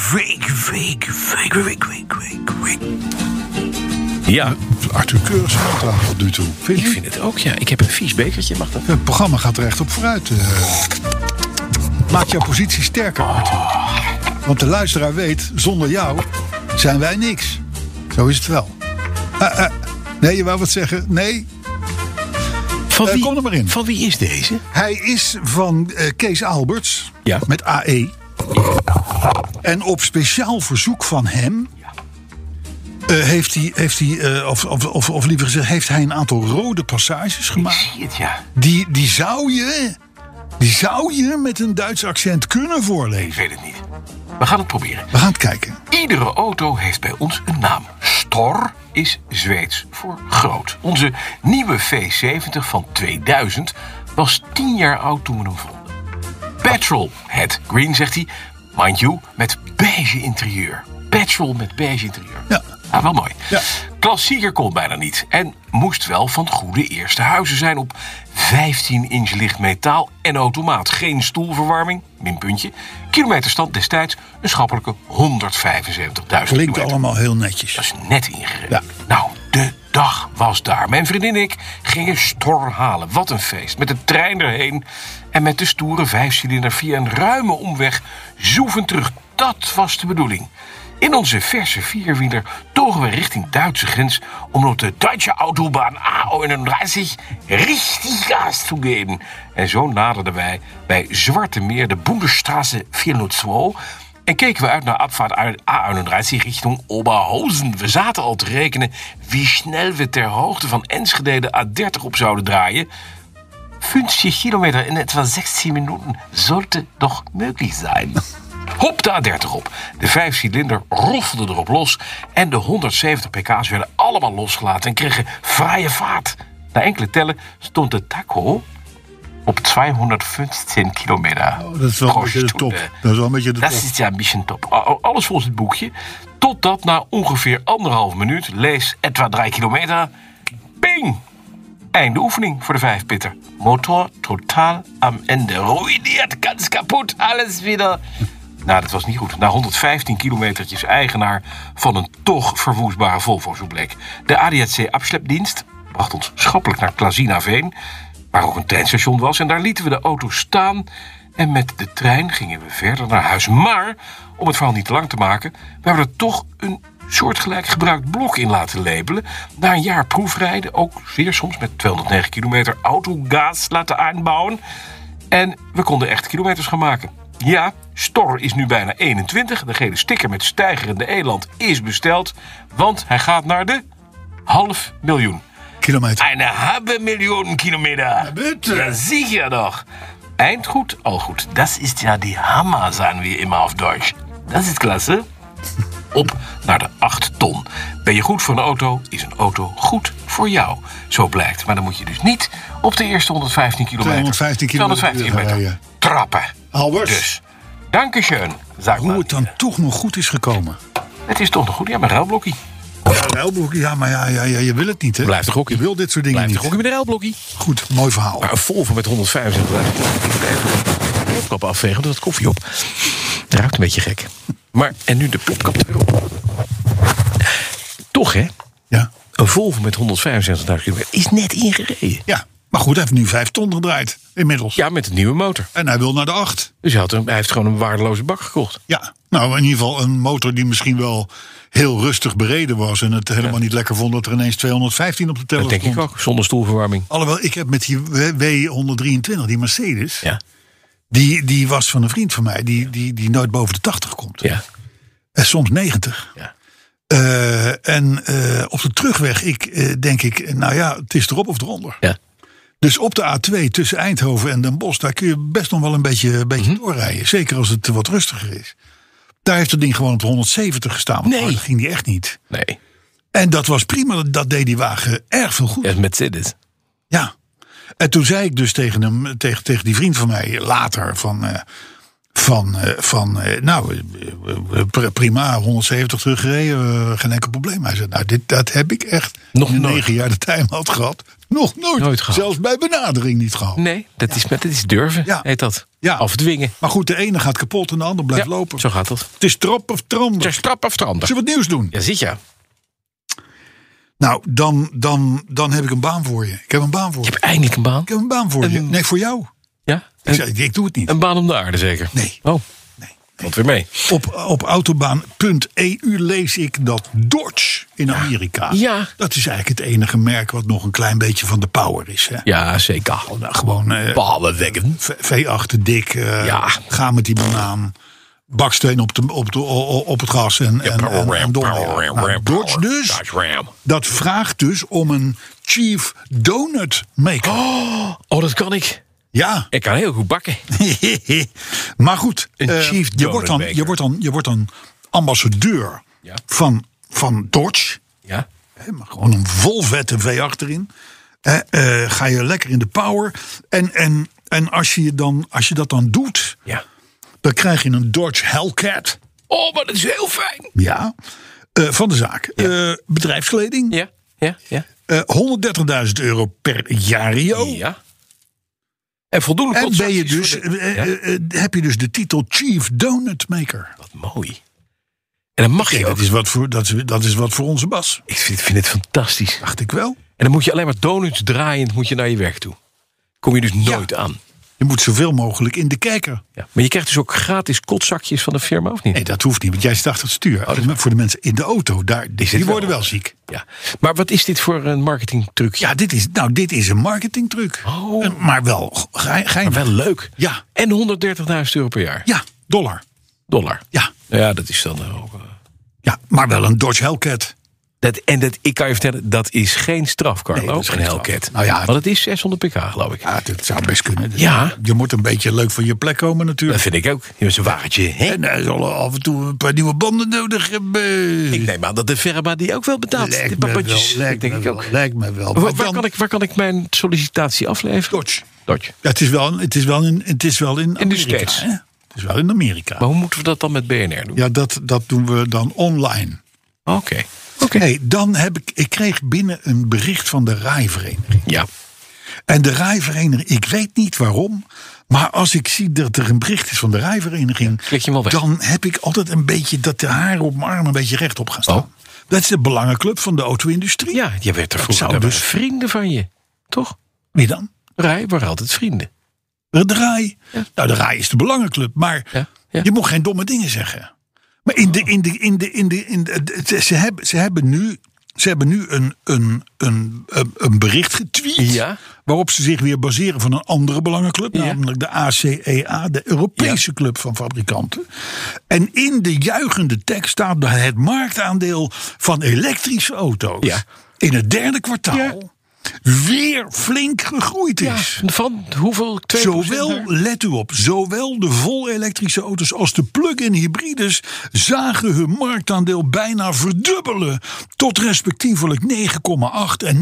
Ja,
Arthur Keurig zijn auto tot nu toe. Vind
ik
je?
vind het ook, ja. Ik heb een vies bekertje, mag dat?
Het programma gaat er echt op vooruit. Maak jouw positie sterker, Arthur. Want de luisteraar weet, zonder jou zijn wij niks. Zo is het wel. Nee, je wou wat zeggen? Nee? Kom er maar in.
Van wie is deze?
Hij is van Kees Alberts.
Ja.
Met AE. En op speciaal verzoek van hem heeft hij, of liever gezegd, heeft hij een aantal rode passages gemaakt.
Zie het, ja.
Die zou je met een Duits accent kunnen voorlezen.
Ik weet het niet. We gaan het proberen.
We gaan het kijken.
Iedere auto heeft bij ons een naam. Stor is Zweeds voor groot. Onze nieuwe V70 van 2000 was 10 jaar oud toen we hem vonden. Petrol, het green, zegt hij. Mind you, met beige interieur. Petrol met beige interieur.
Ja.
Ah, wel mooi.
Ja.
Klassieker kon bijna niet. En moest wel van goede eerste huizen zijn op 15-inch licht metaal en automaat. Geen stoelverwarming, minpuntje. Kilometerstand destijds een schappelijke 175.000
Klinkt
kilometer.
allemaal heel netjes.
Dat is net ingereden.
Ja.
Nou, de dag was daar. Mijn vriendin en ik gingen Stor halen. Wat een feest. Met de trein erheen en met de stoere 5-cilinder via een ruime omweg zoevend terug. Dat was de bedoeling. In onze verse vierwieler togen we richting Duitse grens om op de Duitse Autobahn A31 richtig gas te geven. En zo naderden wij bij Zwarte Meer de Bundesstraße 402 en keken we uit naar afvaart A31 richting Oberhausen. We zaten al te rekenen wie snel we ter hoogte van Enschede de A30 op zouden draaien. 50 kilometer in etwa 16 minuten sollte doch möglich zijn. Hop de A30 op. De 5-cilinder roffelde erop los en de 170 pk's werden allemaal losgelaten en kregen vrije vaart. Na enkele tellen stond de tacho op 215 kilometer.
Oh, dat is wel een beetje de top. Dat is wel een beetje de top.
Dat is ja een beetje top. Alles volgens het boekje. Totdat na ongeveer 1,5 minuut, lees etwa 3 kilometer, ping! Einde oefening voor de 5-pitter. Motor totaal am Ende. Ruiniert, ganz kapot, alles wieder. Nou, dat was niet goed. Na 115 kilometertjes eigenaar van een toch verwoestbare Volvo, zo bleek. De ADAC-afslepdienst bracht ons schappelijk naar Klazinaveen, waar ook een treinstation was. En daar lieten we de auto staan. En met de trein gingen we verder naar huis. Maar, om het verhaal niet te lang te maken, we hebben er toch een soortgelijk gebruikt blok in laten labelen. Na een jaar proefrijden, ook weer soms met 209 kilometer autogas laten aanbouwen. En we konden echt kilometers gaan maken. Ja, Stor is nu bijna 21. De gele sticker met stijgerende eland is besteld. Want hij gaat naar de 500.000
Kilometer.
Eine halbe Million Kilometer.
Ja, bitte.
Ja, sicher doch. Eindgoed, al goed. Das ist ja die Hammer, sagen wir immer auf Deutsch. Das ist klasse. Op naar de 8 ton. Ben je goed voor een auto, is een auto goed voor jou. Zo blijkt. Maar dan moet je dus niet op de eerste 115 kilometer...
215 kilometer rijden.
trappen.
Albert.
Dus, dankeschön, zeg
Hoe
maar.
het dan toch nog goed is gekomen.
Het is toch nog goed, ja, maar ruilblokkie.
Ja, maar je wil het niet, hè?
Blijft toch ook
Je wil dit soort dingen
Blijft
niet.
toch ook met een ruilblokkie.
Goed, mooi verhaal.
Maar een Volvo met 175. Ik moet even de plopkap afvegen, dat koffie op. Het ruikt een beetje gek. Maar, en nu de plopkap er weer op. Toch, hè?
Ja.
Een Volvo met 175.000 kilometer is net ingereden.
Ja, maar goed, hij heeft nu 5 ton gedraaid. Inmiddels.
Ja, met een nieuwe motor.
En hij wil naar de 8.
Dus hij heeft gewoon een waardeloze bak gekocht.
Ja, nou in ieder geval een motor die misschien wel heel rustig bereden was. En het helemaal niet lekker vond dat er ineens 215 op de teller
Dat denk
stond.
ik ook, zonder stoelverwarming.
Alhoewel, ik heb met die W123, die Mercedes...
Ja.
Die was van een vriend van mij, die nooit boven de 80 komt.
Ja.
En soms 90.
Ja.
Op de terugweg denk ik, nou ja, het is erop of eronder.
Ja.
Dus op de A2 tussen Eindhoven en Den Bosch... daar kun je best nog wel een beetje doorrijden. Zeker als het wat rustiger is. Daar heeft het ding gewoon op de 170 gestaan. Want
Nee.
dat ging die echt niet.
Nee,
En dat was prima. Dat deed die wagen erg veel goed.
dat is Mercedes.
Ja. En toen zei ik dus tegen hem, tegen die vriend van mij later... prima, 170 teruggereden, geen enkel probleem. Hij zei, nou, dat heb ik echt
Nog
in de
nooit.
9 jaar de time-out gehad. Nog nooit
gehad.
Zelfs bij benadering niet gehad.
Nee, dat is durven,
Ja.
heet dat.
Ja.
Afdwingen.
Maar goed, de ene gaat kapot en de ander blijft lopen.
Zo gaat dat.
Het is trap of trander.
Ter strap of trander.
Zullen we wat nieuws doen?
Ja, zit je.
Nou, dan heb ik een baan voor je. Ik heb een baan voor
Je
je.
hebt eindelijk een baan.
Ik heb een baan voor je. Nee, voor jou.
Ja?
Ik zei, ik doe het niet.
Een baan om de aarde zeker?
Nee.
Oh,
Nee.
valt weer mee.
Op autobaan.eu lees ik dat Dodge in Amerika...
Ja.
dat is eigenlijk het enige merk wat nog een klein beetje van de power is. Hè?
Ja, zeker.
Nou, gewoon
Ballenweggen.
V8 dik,
Ja.
ga met die banaan... baksteen op het gas en door. Nou, Dodge dus, dat vraagt dus om een Chief Donut Maker.
Oh, dat kan ik.
Ja.
Ik kan heel goed bakken.
Maar goed,
Een Chief
je
Donut
wordt
Maker.
je wordt dan ambassadeur
Ja.
van Dodge.
Ja.
Hè, maar gewoon een vol vette V8 erin. Ga je lekker in de power. En als je dat dan doet,
Ja.
dan krijg je een Dodge Hellcat.
Oh, maar dat is heel fijn.
Ja, van de zaak. Bedrijfskleding.
Ja, ja, ja.
€130.000 per jaar.
Ja. En voldoende
En ben je
constructies
dus,
voor de-
heb je dus de titel Chief Donut Maker.
Wat mooi. En dan mag je ook.
Dat is wat voor onze Bas.
Ik vind het fantastisch.
Dacht ik wel.
En dan moet je alleen maar donuts draaiend moet je naar je werk toe. Kom je dus nooit aan.
Je moet zoveel mogelijk in de kijker.
Ja. Maar je krijgt dus ook gratis kotzakjes van de firma, of niet?
Nee, dat hoeft niet, want jij staat achter het stuur. Voor de mensen in de auto, die worden wel ziek.
Ja. Maar wat is dit voor een marketingtrucje?
Ja, dit is een marketingtruc.
Oh.
Maar wel geinig.
Maar wel leuk.
Ja.
En €130.000 per jaar.
Ja, $.
Dollar.
Ja.
Ja, dat is dan ook...
Ja, maar wel een Dodge Hellcat.
Ik kan je vertellen, dat is geen straf, Carlo.
Nee, dat is geen
een
straf.
Hellcat.
Nou ja,
want het is 600 pk, geloof ik.
Ja, dat zou best kunnen.
Ja.
Je moet een beetje leuk van je plek komen
Dat
natuurlijk.
vind ik ook. Je hebt zo'n wagentje. Hè?
En hij zal af en toe een paar nieuwe banden nodig hebben.
Ik neem aan dat de firma die ook wel betaalt.
Lijkt
De
me
papetjes.
wel,
Ik denk ik ook.
Lijkt me wel. Maar
Waar kan ik mijn sollicitatie afleveren?
Dodge.
Dodge.
Ja, het is wel in
de
Amerika.
States.
Hè? Het is wel in Amerika.
Maar hoe moeten we dat dan met BNR doen?
Ja, dat doen we dan online.
Oké.
Oké, dan ik kreeg binnen een bericht van de rijvereniging.
Ja.
En de rijvereniging, ik weet niet waarom, maar als ik zie dat er een bericht is van de rijvereniging,
klik je hem wel weg.
dan heb ik altijd een beetje dat de haren op mijn arm een beetje rechtop gaan staan.
Oh.
Dat is de belangenclub van de auto-industrie.
Ja, je werd er vroeger
zou dus-
vrienden van je. Toch?
Wie dan?
Rij waren altijd vrienden.
De rij.
Ja.
Nou, de rij is de belangenclub, maar
Ja, ja.
je moet geen domme dingen zeggen. Maar ze hebben nu een bericht getweet.
Ja.
Waarop ze zich weer baseren van een andere belangenclub.
Ja.
Namelijk de ACEA, de Europese club van fabrikanten. En in de juichende tekst staat dat het marktaandeel van elektrische auto's in het derde kwartaal weer flink gegroeid is.
Van hoeveel? 2%?
Let u op, zowel de vol-elektrische auto's als de plug-in hybrides zagen hun marktaandeel bijna verdubbelen tot respectievelijk 9,8 en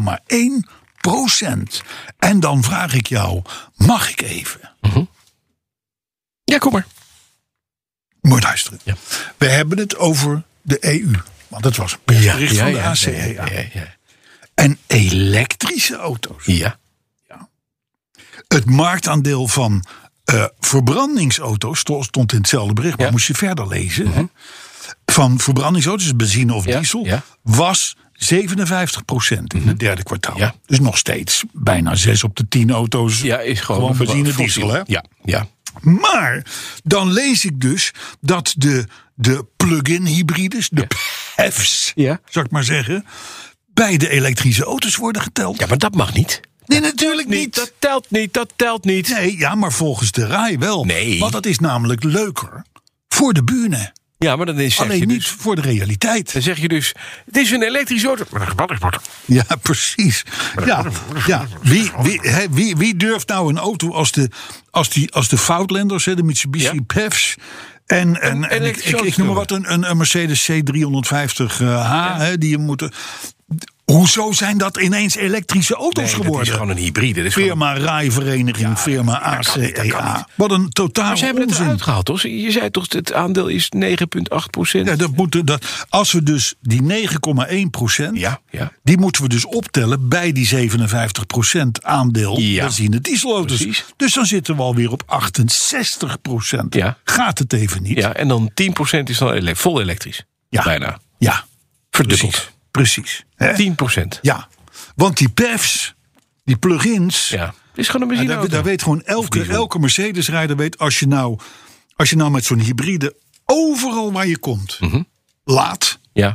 9,1%. En dan vraag ik jou, mag ik even?
Ja, kom maar.
Moet luisteren.
Ja.
We hebben het over de EU. Want dat was een persbericht van de ACEA.
Ja.
En elektrische auto's.
Ja.
Het marktaandeel van verbrandingsauto's stond in hetzelfde bericht, maar moest je verder lezen. Hè? Van verbrandingsauto's, benzine of diesel, was 57% in het derde kwartaal. Ja. Dus nog steeds bijna 6 op de 10 auto's.
Ja, is gewoon
benzine, diesel. Hè?
Ja.
Maar dan lees ik dus dat de plug-in hybrides, de PHEV's, zou ik maar zeggen, bij de elektrische auto's worden geteld.
Ja, maar dat mag niet.
Nee, natuurlijk niet.
Dat telt niet.
Nee, ja, maar volgens de RAI wel.
Nee.
Want dat is namelijk leuker voor de bühne.
Ja, maar dan zeg
alleen
je
niet
dus,
voor de realiteit.
Dan zeg je dus, het is een elektrische auto.
Ja, precies. Ja. Wie durft nou een auto als de Foutlanders, de Mitsubishi PHEV's... En ik noem maar wat, een Mercedes C350H, die je moeten... Hoezo zijn dat ineens elektrische auto's geworden?
Dat is gewoon een hybride.
Firma RAI-vereniging, firma ACEA. Wat een totaal
Maar ze hebben het
onzin.
eruit gehaald, toch? Je zei toch, het aandeel is 9,8%?
Ja, als we dus die 9,1%, die moeten we dus optellen bij die 57% aandeel benzine dieselauto's.
Precies.
Dus dan zitten we alweer op 68%.
Ja.
Gaat het even niet?
Ja, en dan 10% is dan vol elektrisch.
Ja.
Bijna.
Ja.
Verdubbeld.
Precies.
10%.
Ja. Want die PHEV's, die plug-ins...
Ja. Het is gewoon een benzineauto.
Daar weet gewoon elke Mercedes-rijder weet... Als je nou met zo'n hybride overal waar je komt laat...
Ja.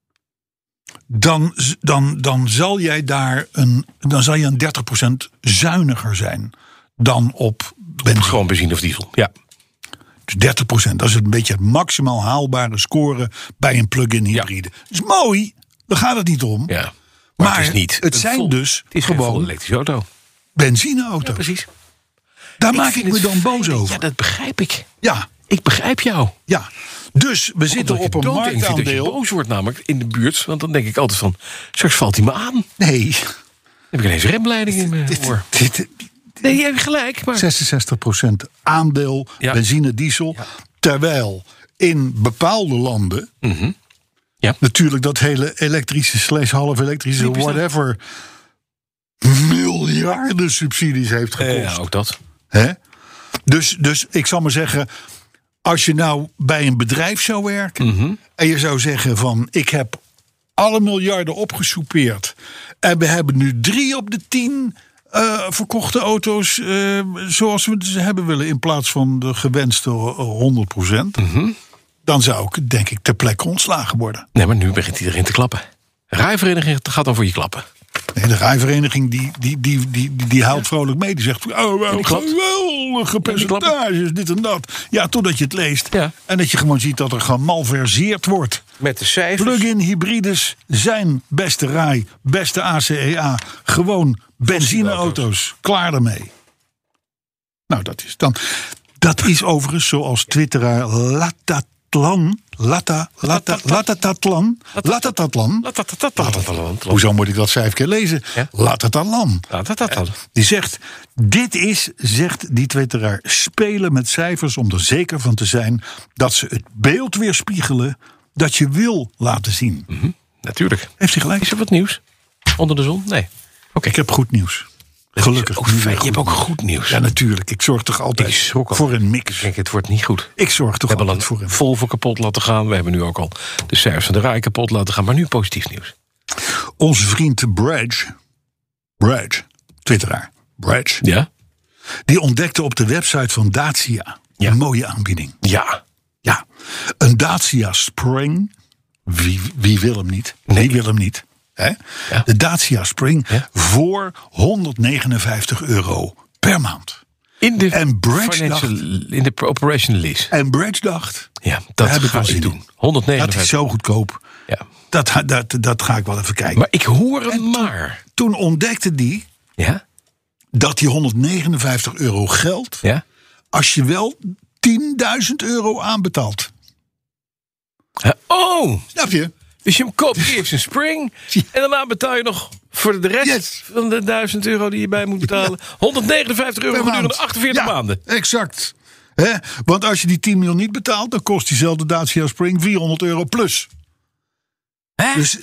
Dan zal jij daar een 30% zuiniger zijn dan op benzine.
Gewoon benzine of diesel. Ja.
Dus 30%, dat is een beetje het maximaal haalbare score bij een plug-in hybride. Dat is mooi, daar gaat het niet om.
Ja.
Maar
het is niet.
Het zijn dus
het is
gewoon
een elektrische auto.
benzineauto's.
Ja, precies.
Daar maak ik me dan boos over.
Ja, dat begrijp ik.
Ja.
Ik begrijp jou.
Ja. Dus we zitten op een marktaandeel.
Dat je boos wordt namelijk in de buurt. Want dan denk ik altijd van, straks valt hij me aan.
Nee.
Dan heb ik ineens remleiding in mijn oor. Nee, je hebt gelijk. Maar...
66% aandeel benzine, diesel. Ja. Terwijl in bepaalde landen... natuurlijk dat hele elektrische / half elektrische whatever... miljarden subsidies heeft gekost.
Ja, ook dat.
Hè? Dus ik zal maar zeggen... als je nou bij een bedrijf zou werken... en je zou zeggen van... ik heb alle miljarden opgesoupeerd... en we hebben nu 3 op de 10... verkochte auto's zoals we ze hebben willen... in plaats van de gewenste 100%... dan zou ik, denk ik, ter plekke ontslagen worden.
Nee, maar nu begint iedereen te klappen. De RAI-vereniging gaat dan voor je klappen.
Nee, de RAI-vereniging die haalt vrolijk mee. Die zegt, geweldige percentages, dit en dat. Ja, totdat je het leest. Ja. En dat je gewoon ziet dat er gemalverseerd wordt.
Met de cijfers.
Plug-in hybrides zijn, beste RAI, beste ACEA... gewoon benzineauto's. Klaar ermee. Nou, dat is overigens zoals twitteraar Latatatlan. Hoezo moet ik dat 5 keer lezen? Ja? Latatatlan. Die zegt, dit is, zegt die twitteraar, spelen met cijfers om er zeker van te zijn dat ze het beeld weerspiegelen dat je wil laten zien.
Natuurlijk.
Heeft hij gelijk?
Is er wat nieuws? Onder de zon? Nee.
Okay. Ik heb goed nieuws. Gelukkig.
Je hebt ook goed nieuws.
Ja, natuurlijk. Ik zorg toch altijd voor een mix.
Ik denk, het wordt niet goed.
Ik zorg toch altijd voor een mix.
Volvo kapot laten gaan. We hebben nu ook al de cijfers van de RAI kapot laten gaan. Maar nu positief nieuws.
Onze vriend Bradge, twitteraar, Bradge, die ontdekte op de website van Dacia een mooie aanbieding.
Ja.
Een Dacia Spring. Wie wil hem niet? Wie wil hem niet? Hè?
Ja.
De Dacia Spring voor €159 per maand.
In de
En Bradge
in de operation lease.
En Bradge dacht,
Ja, dat
heb ik
ga
wel
ik
zin
doen.
in.
159.
dat is zo goedkoop.
Ja.
Dat ga ik wel even kijken.
Maar ik hoor hem maar.
Toen ontdekte die
Ja?
dat die €159 geldt
Ja?
als je wel €10.000 aanbetaalt.
Oh!
Snap je?
Dus je hem koopt eerst een Spring.
Ja.
En daarna betaal je nog voor de rest van de €1.000 die je bij moet betalen. €159 gedurende 48 maanden.
Exact. Hè? Want als je die 10 miljoen niet betaalt, dan kost diezelfde Dacia Spring €400 plus.
Hè?
Dus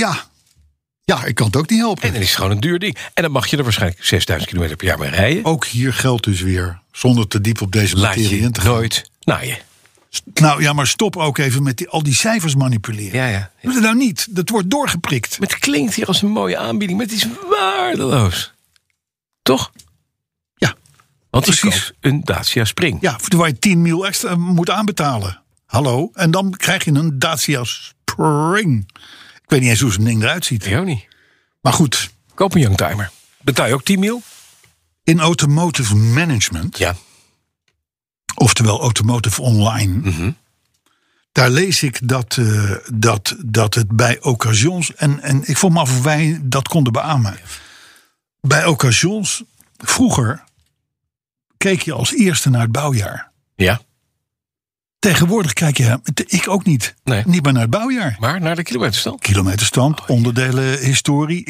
ja, ik kan het ook niet helpen.
En dan is het gewoon een duur ding. En dan mag je er waarschijnlijk 6.000 kilometer per jaar mee rijden.
Ook hier geldt dus weer, zonder te diep op deze
Laat
materie
je
in te gaan.
nooit naaien.
Nou ja, maar stop ook even met al die cijfers manipuleren.
Ja.
Doe dat nou niet. Dat wordt doorgeprikt.
Maar het klinkt hier als een mooie aanbieding, maar het is waardeloos. Toch?
Ja,
Want je
precies.
koopt een Dacia Spring.
Ja, waar je 10 mil extra moet aanbetalen. Hallo? En dan krijg je een Dacia Spring. Ik weet niet eens hoe zo'n ding eruit ziet.
Ik ook niet.
Maar goed,
Koop een Youngtimer. Betaal je ook 10 mil?
in automotive management,
Ja.
oftewel automotive online,
Mhm.
daar lees ik dat het bij occasions, en ik vroeg me af of wij dat konden beamen. Bij occasions, vroeger keek je als eerste naar het bouwjaar.
Ja.
Tegenwoordig kijk je, ik ook niet,
Nee.
niet meer naar het bouwjaar.
Maar naar de kilometerstand.
Kilometerstand, onderdelen, historie,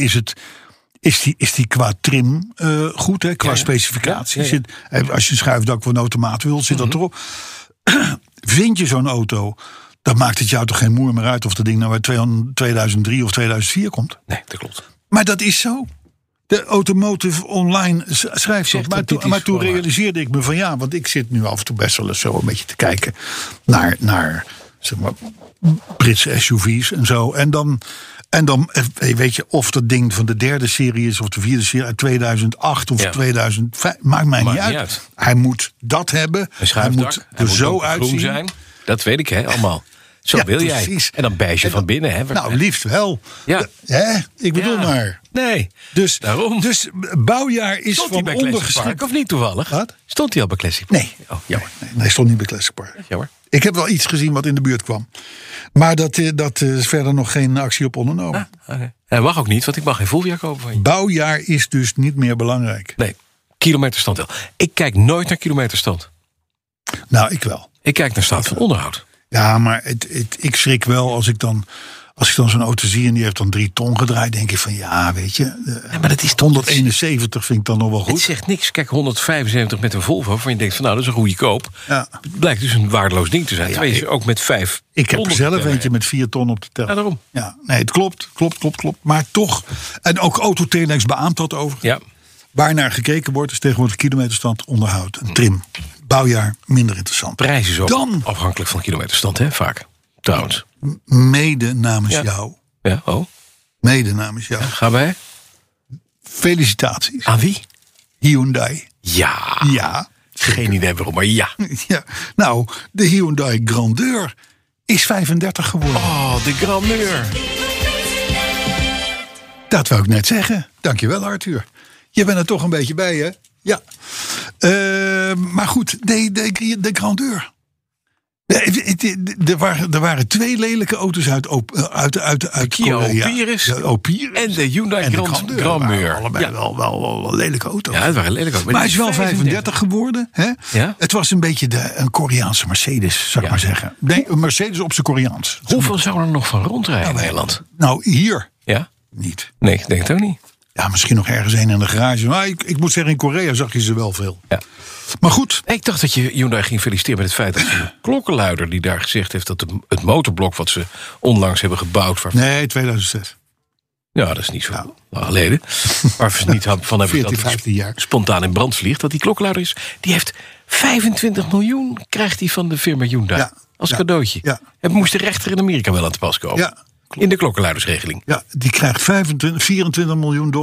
is die qua trim goed, hè? Qua
Ja.
specificatie.
Ja.
Als je een schuifdak voor een automaat wil, zit dat erop. Vind je zo'n auto, dan maakt het jou toch geen moer meer uit of dat ding nou uit 2003 of 2004 komt.
Nee, dat klopt.
Maar dat is zo. De automotive online schrijft
Zegt
dat.
dat dit is
Maar toen
gewoon
realiseerde ik me van ja, want ik zit nu af en toe best wel eens zo een beetje te kijken naar zeg maar Britse SUV's en zo. En dan weet je of dat ding van de derde serie is of de vierde serie uit 2008 of
Ja.
2005. Maakt mij niet uit. Hij moet dat hebben.
Een
Hij
schuifdak.
moet er zo
donkergroen
uitzien.
zijn. Dat weet ik, hè, allemaal. Zo
Ja,
wil
precies.
jij. En dan beige van binnen, hè.
Nou, liefst wel.
Ja.
Hè? Ik bedoel
Ja.
maar.
Nee.
Dus,
Daarom.
dus bouwjaar is
Stond hij
van
bij Classic
ondergeschikt.
Park of niet toevallig?
Wat?
Stond hij al bij Classic Park?
Nee.
Oh, jammer.
Nee, stond niet bij Classic Park.
Jammer.
Ik heb wel iets gezien wat in de buurt kwam. Maar dat is verder nog geen actie op ondernomen.
Okay. Hij mag ook niet, want ik mag geen Fulvia kopen van je.
Bouwjaar is dus niet meer belangrijk.
Nee, kilometerstand wel. Ik kijk nooit naar kilometerstand.
Nou, ik wel.
Ik kijk naar staat van onderhoud.
Ja, maar ik schrik wel als ik dan zo'n auto zie en die heeft dan 3 ton gedraaid. Denk ik van ja, weet je.
Ja, maar dat is toch
171 vind ik dan nog wel
Het
goed.
zegt niks. Kijk, 175 met een Volvo, waarvan je denkt van nou, dat is een goede koop.
Ja.
Het blijkt dus een waardeloos ding te zijn.
Ja,
Terwijl je ook met 5
Ik heb
ton
er
op
zelf
de teller
eentje met 4 ton op de tel.
Ja, daarom.
Ja, nee, het klopt. Maar toch. En ook Autotelex beaamt dat over.
Ja,
Waarnaar gekeken wordt is tegenwoordig kilometerstand, onderhoud en trim. Bouwjaar minder interessant.
prijs is ook
Dan-
afhankelijk van de kilometerstand, hè, vaak. Trouwens.
Mede namens
Ja.
jou.
Ja, oh.
Mede namens jou.
Gaan wij?
Felicitaties.
Aan wie?
Hyundai.
Ja.
Ja.
Geen idee waarom, maar ja.
Ja. Nou, de Hyundai Grandeur is 35 geworden.
Oh, de grandeur.
Dat wou ik net zeggen. Dankjewel, Arthur. Je bent er toch een beetje bij, hè? Ja. Maar goed, de Grandeur. Er waren 2 lelijke auto's uit
Kia
Korea.
Opirus
De Opirus
en de Hyundai
en de
Grandeur.
Grandeur. Allebei
Ja.
wel lelijke auto's.
Ja, het waren lelijk ook.
Maar hij is wel 35 geworden. Hè?
Ja?
Het was een beetje een Koreaanse Mercedes, zou ik
Ja.
maar zeggen. Nee, een Mercedes op zijn Koreaans.
Hoeveel zou er nog van rondrijden in Nederland?
Nou, hier
Ja?
niet.
Nee, ik denk het ook niet.
Ja, misschien nog ergens een in de garage. Maar ik moet zeggen, in Korea zag je ze wel veel.
Ja.
Maar goed,
Ik dacht dat je Hyundai ging feliciteren met het feit dat een klokkenluider die daar gezegd heeft dat het motorblok wat ze onlangs hebben gebouwd.
nee, 2006.
Ja, dat is niet zo lang geleden. Waar ze niet van hebben
14,
dat het
15 jaar.
spontaan in brand vliegt. Dat die klokkenluider is. Die heeft 25 miljoen krijgt hij van de firma Hyundai.
Ja.
Als
Ja.
cadeautje.
Ja.
En moest de rechter in Amerika wel aan te pas komen.
Ja,
in de klokkenluidersregeling.
Ja, die krijgt $24 miljoen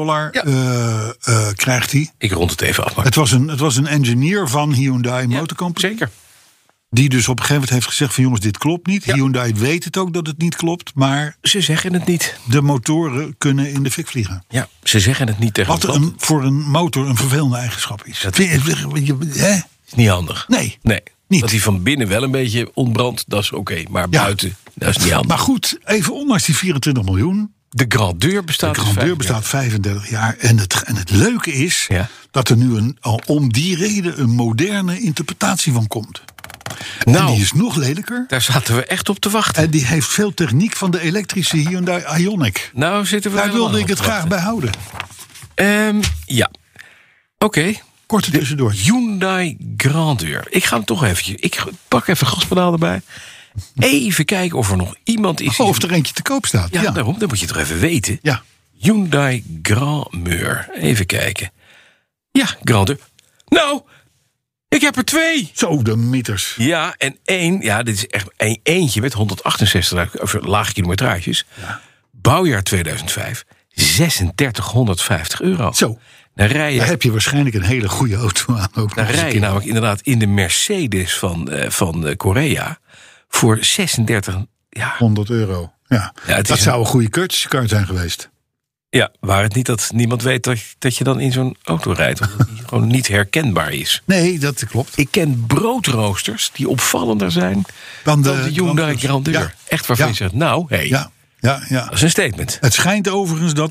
krijgt hij.
Ik rond het even af. Maar
Het was een engineer van Hyundai Motor Company.
zeker.
Die dus op een gegeven moment heeft gezegd van jongens, dit klopt niet.
Ja.
Hyundai weet het ook dat het niet klopt. Maar
Ze zeggen het niet.
de motoren kunnen in de fik vliegen.
Ja, ze zeggen het niet tegen
Wat
ons. Dat
voor een motor een vervelende eigenschap is. Hè?
is niet handig.
Nee.
Niet. Dat hij van binnen wel een beetje ontbrandt, dat is oké. Maar buiten, dat is niet handig.
Maar goed, even ondanks die 24 miljoen.
De grandeur bestaat
De grandeur bestaat 35 jaar. En het leuke is dat er nu om die reden een moderne interpretatie van komt.
Nou,
en die is nog lelijker.
Daar zaten we echt op te wachten.
En die heeft veel techniek van de elektrische Hyundai Ioniq.
Nou zitten we
Daar
helemaal
wilde ik
op
het
te
graag bij houden.
wachten. Ja. Oké.
Korte tussendoor.
Hyundai Grandeur. Ik ga hem toch eventjes. Ik pak even gaspedaal erbij. Even kijken of er nog iemand is.
Of er eentje te koop staat.
Ja, daarom. Dat moet je toch even weten.
Ja.
Hyundai Grandeur. Even kijken. Ja, Grandeur. Nou, ik heb er 2.
Zo, de meters.
Ja, en 1. Ja, dit is echt eentje met 168 lage kilometrages.
Ja.
Bouwjaar 2005. €3650.
Zo.
Dan rij je,
Daar heb je waarschijnlijk een hele goede auto aan. Ook
dan rij je namelijk inderdaad in de Mercedes van Korea voor 36. Ja,
€100. Ja.
Ja, het
Dat
is
zou een goede courtesy car zijn geweest.
ja, waar het niet dat niemand weet dat je dan in zo'n auto rijdt. Omdat die gewoon niet herkenbaar is.
Nee, dat klopt.
Ik ken broodroosters die opvallender zijn dan de Hyundai Grandeur.
Ja.
Echt waarvan
Ja.
je zegt, nou, hé,
Ja.
dat is een statement.
Het schijnt overigens dat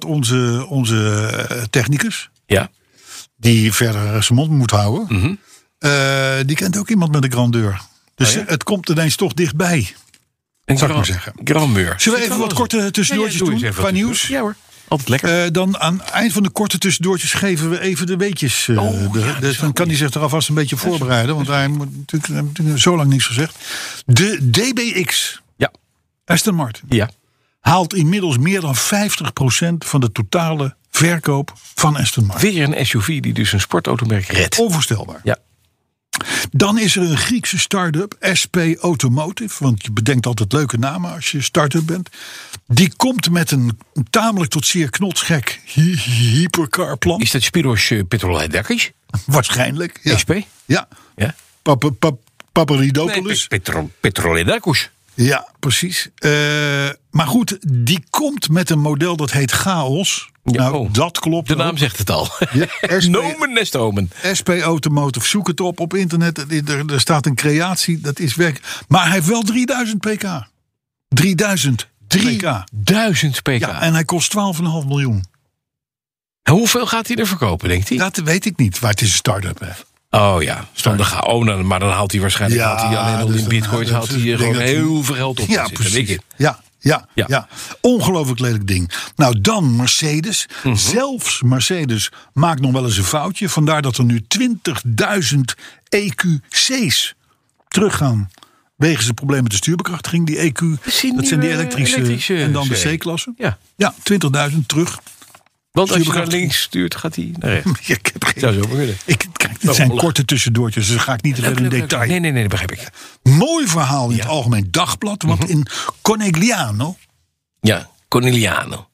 onze technicus,
Ja.
die verder zijn mond moet houden, die kent ook iemand met een grandeur. Dus het komt ineens toch dichtbij.
En
Zou ik maar zeggen.
Grandeur.
Zullen we even wat korte tussendoortjes doen qua nieuws?
Ja hoor, altijd lekker.
Dan aan het eind van de korte tussendoortjes geven we even de weetjes. Dus dan kan hij zich er alvast een beetje voorbereiden. Want hij moet natuurlijk zo lang niets gezegd. De DBX,
Ja.
Aston Martin,
Ja.
haalt inmiddels meer dan 50% van de totale verkoop van Aston Martin.
Weer een SUV die dus een sportautomerk redt.
Onvoorstelbaar.
Ja.
Dan is er een Griekse start-up, SP Automotive. Want je bedenkt altijd leuke namen als je start-up bent. Die komt met een tamelijk tot zeer knotsgek hypercarplan.
Is dat Spiros Petrolheidakis?
Waarschijnlijk. Ja.
SP?
Ja.
Ja.
Paparidopoulos.
Petrolheidakis.
Ja, precies. Maar goed, die komt met een model dat heet Chaos.
Ja,
nou, dat klopt
De naam
ook.
zegt het al.
Ja,
Nomen nest omen.
SP Automotive, zoek het op internet. Er staat een creatie, dat is werk. Maar hij heeft wel 3000 pk. 3000 pk.
1000 pk.
Ja, en hij kost 12,5 miljoen.
En hoeveel gaat hij er verkopen, denkt hij?
Dat weet ik niet, maar het is een start-up. Hè.
Oh ja, maar dan haalt hij waarschijnlijk
Ja,
haalt hij alleen al
dus
in
dan-
bitcoins
dus
haalt hij
ik denk
gewoon
dat hij-
heel veel geld op.
Ja,
zitten, weet
precies.
ik.
Ja.
Ja.
Ongelooflijk lelijk ding. Nou, dan Mercedes.
Mhm.
Zelfs Mercedes maakt nog wel eens een foutje. Vandaar dat er nu 20.000 EQC's teruggaan. Wegens het probleem met de stuurbekrachtiging. Die EQ,
Misschien
dat zijn die
die,
elektrische en dan de
C.
C-klasse.
Ja.
Ja, 20.000 terug.
Want als je naar
Stuurbekrachtiging.
links stuurt, gaat hij naar rechts.
Ja, ik heb geen
Zou zo kunnen.
Kijk, dit zijn korte tussendoortjes, dus ga ik niet te veel in detail.
Nee, dat begrijp ik.
Mooi verhaal in het Algemeen Dagblad. Want
Mhm.
in Conegliano.
Ja, Corneliano.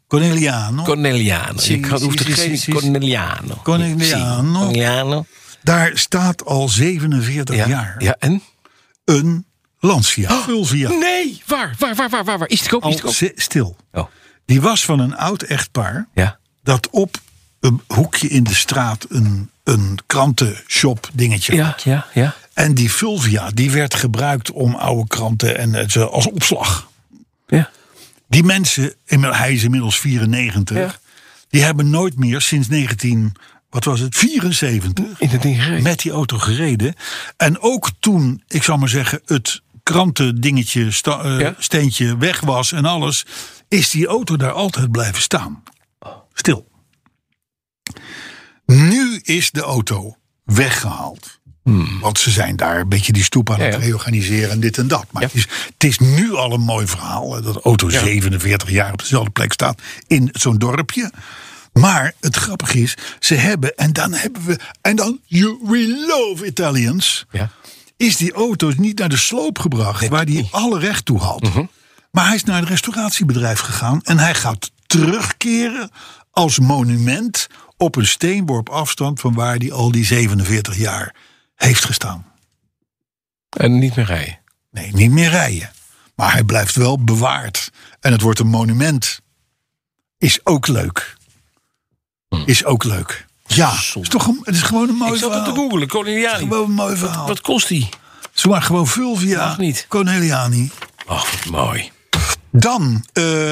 Je hoeft er geen Corneliano.
Corneliano. Daar staat al 47 jaar
Ja, en?
een Lancia Fulvia.
Nee, waar? Is het koop?
Al stil.
Oh.
Die was van een oud echtpaar
Ja.
dat op een hoekje in de straat een krantenshop dingetje had.
Ja.
En die Fulvia die werd gebruikt om oude kranten en als opslag.
Ja.
Die mensen, hij is inmiddels 94,
Ja.
die hebben nooit meer sinds 74
In het ding gereden.
met die auto gereden. En ook toen, ik zal maar zeggen, het krantendingetje, steentje weg was en alles, is die auto daar altijd blijven staan. Stil. Nu is de auto weggehaald. Want ze zijn daar een beetje die stoep aan het reorganiseren en dit en dat. Maar het is nu al een mooi verhaal. Dat de auto 47 jaar op dezelfde plek staat in zo'n dorpje. Maar het grappige is, ze hebben, en dan we love Italians.
Ja.
Is die auto niet naar de sloop gebracht, waar die alle recht toe had. Maar hij is naar een restauratiebedrijf gegaan en hij gaat terugkeren als monument op een steenworp afstand van waar hij al die 47 jaar heeft gestaan.
En niet meer rijden.
Nee, niet meer rijden. Maar hij blijft wel bewaard. En het wordt een monument. Is ook leuk. Is ook leuk. Ja, het is gewoon een mooi
Ik zat
verhaal.
op te googlen, Corneliani.
Gewoon een mooi verhaal.
Wat kost die?
Zomaar gewoon Fulvia
Mag niet.
Corneliani.
Ach, wat mooi.
Dan,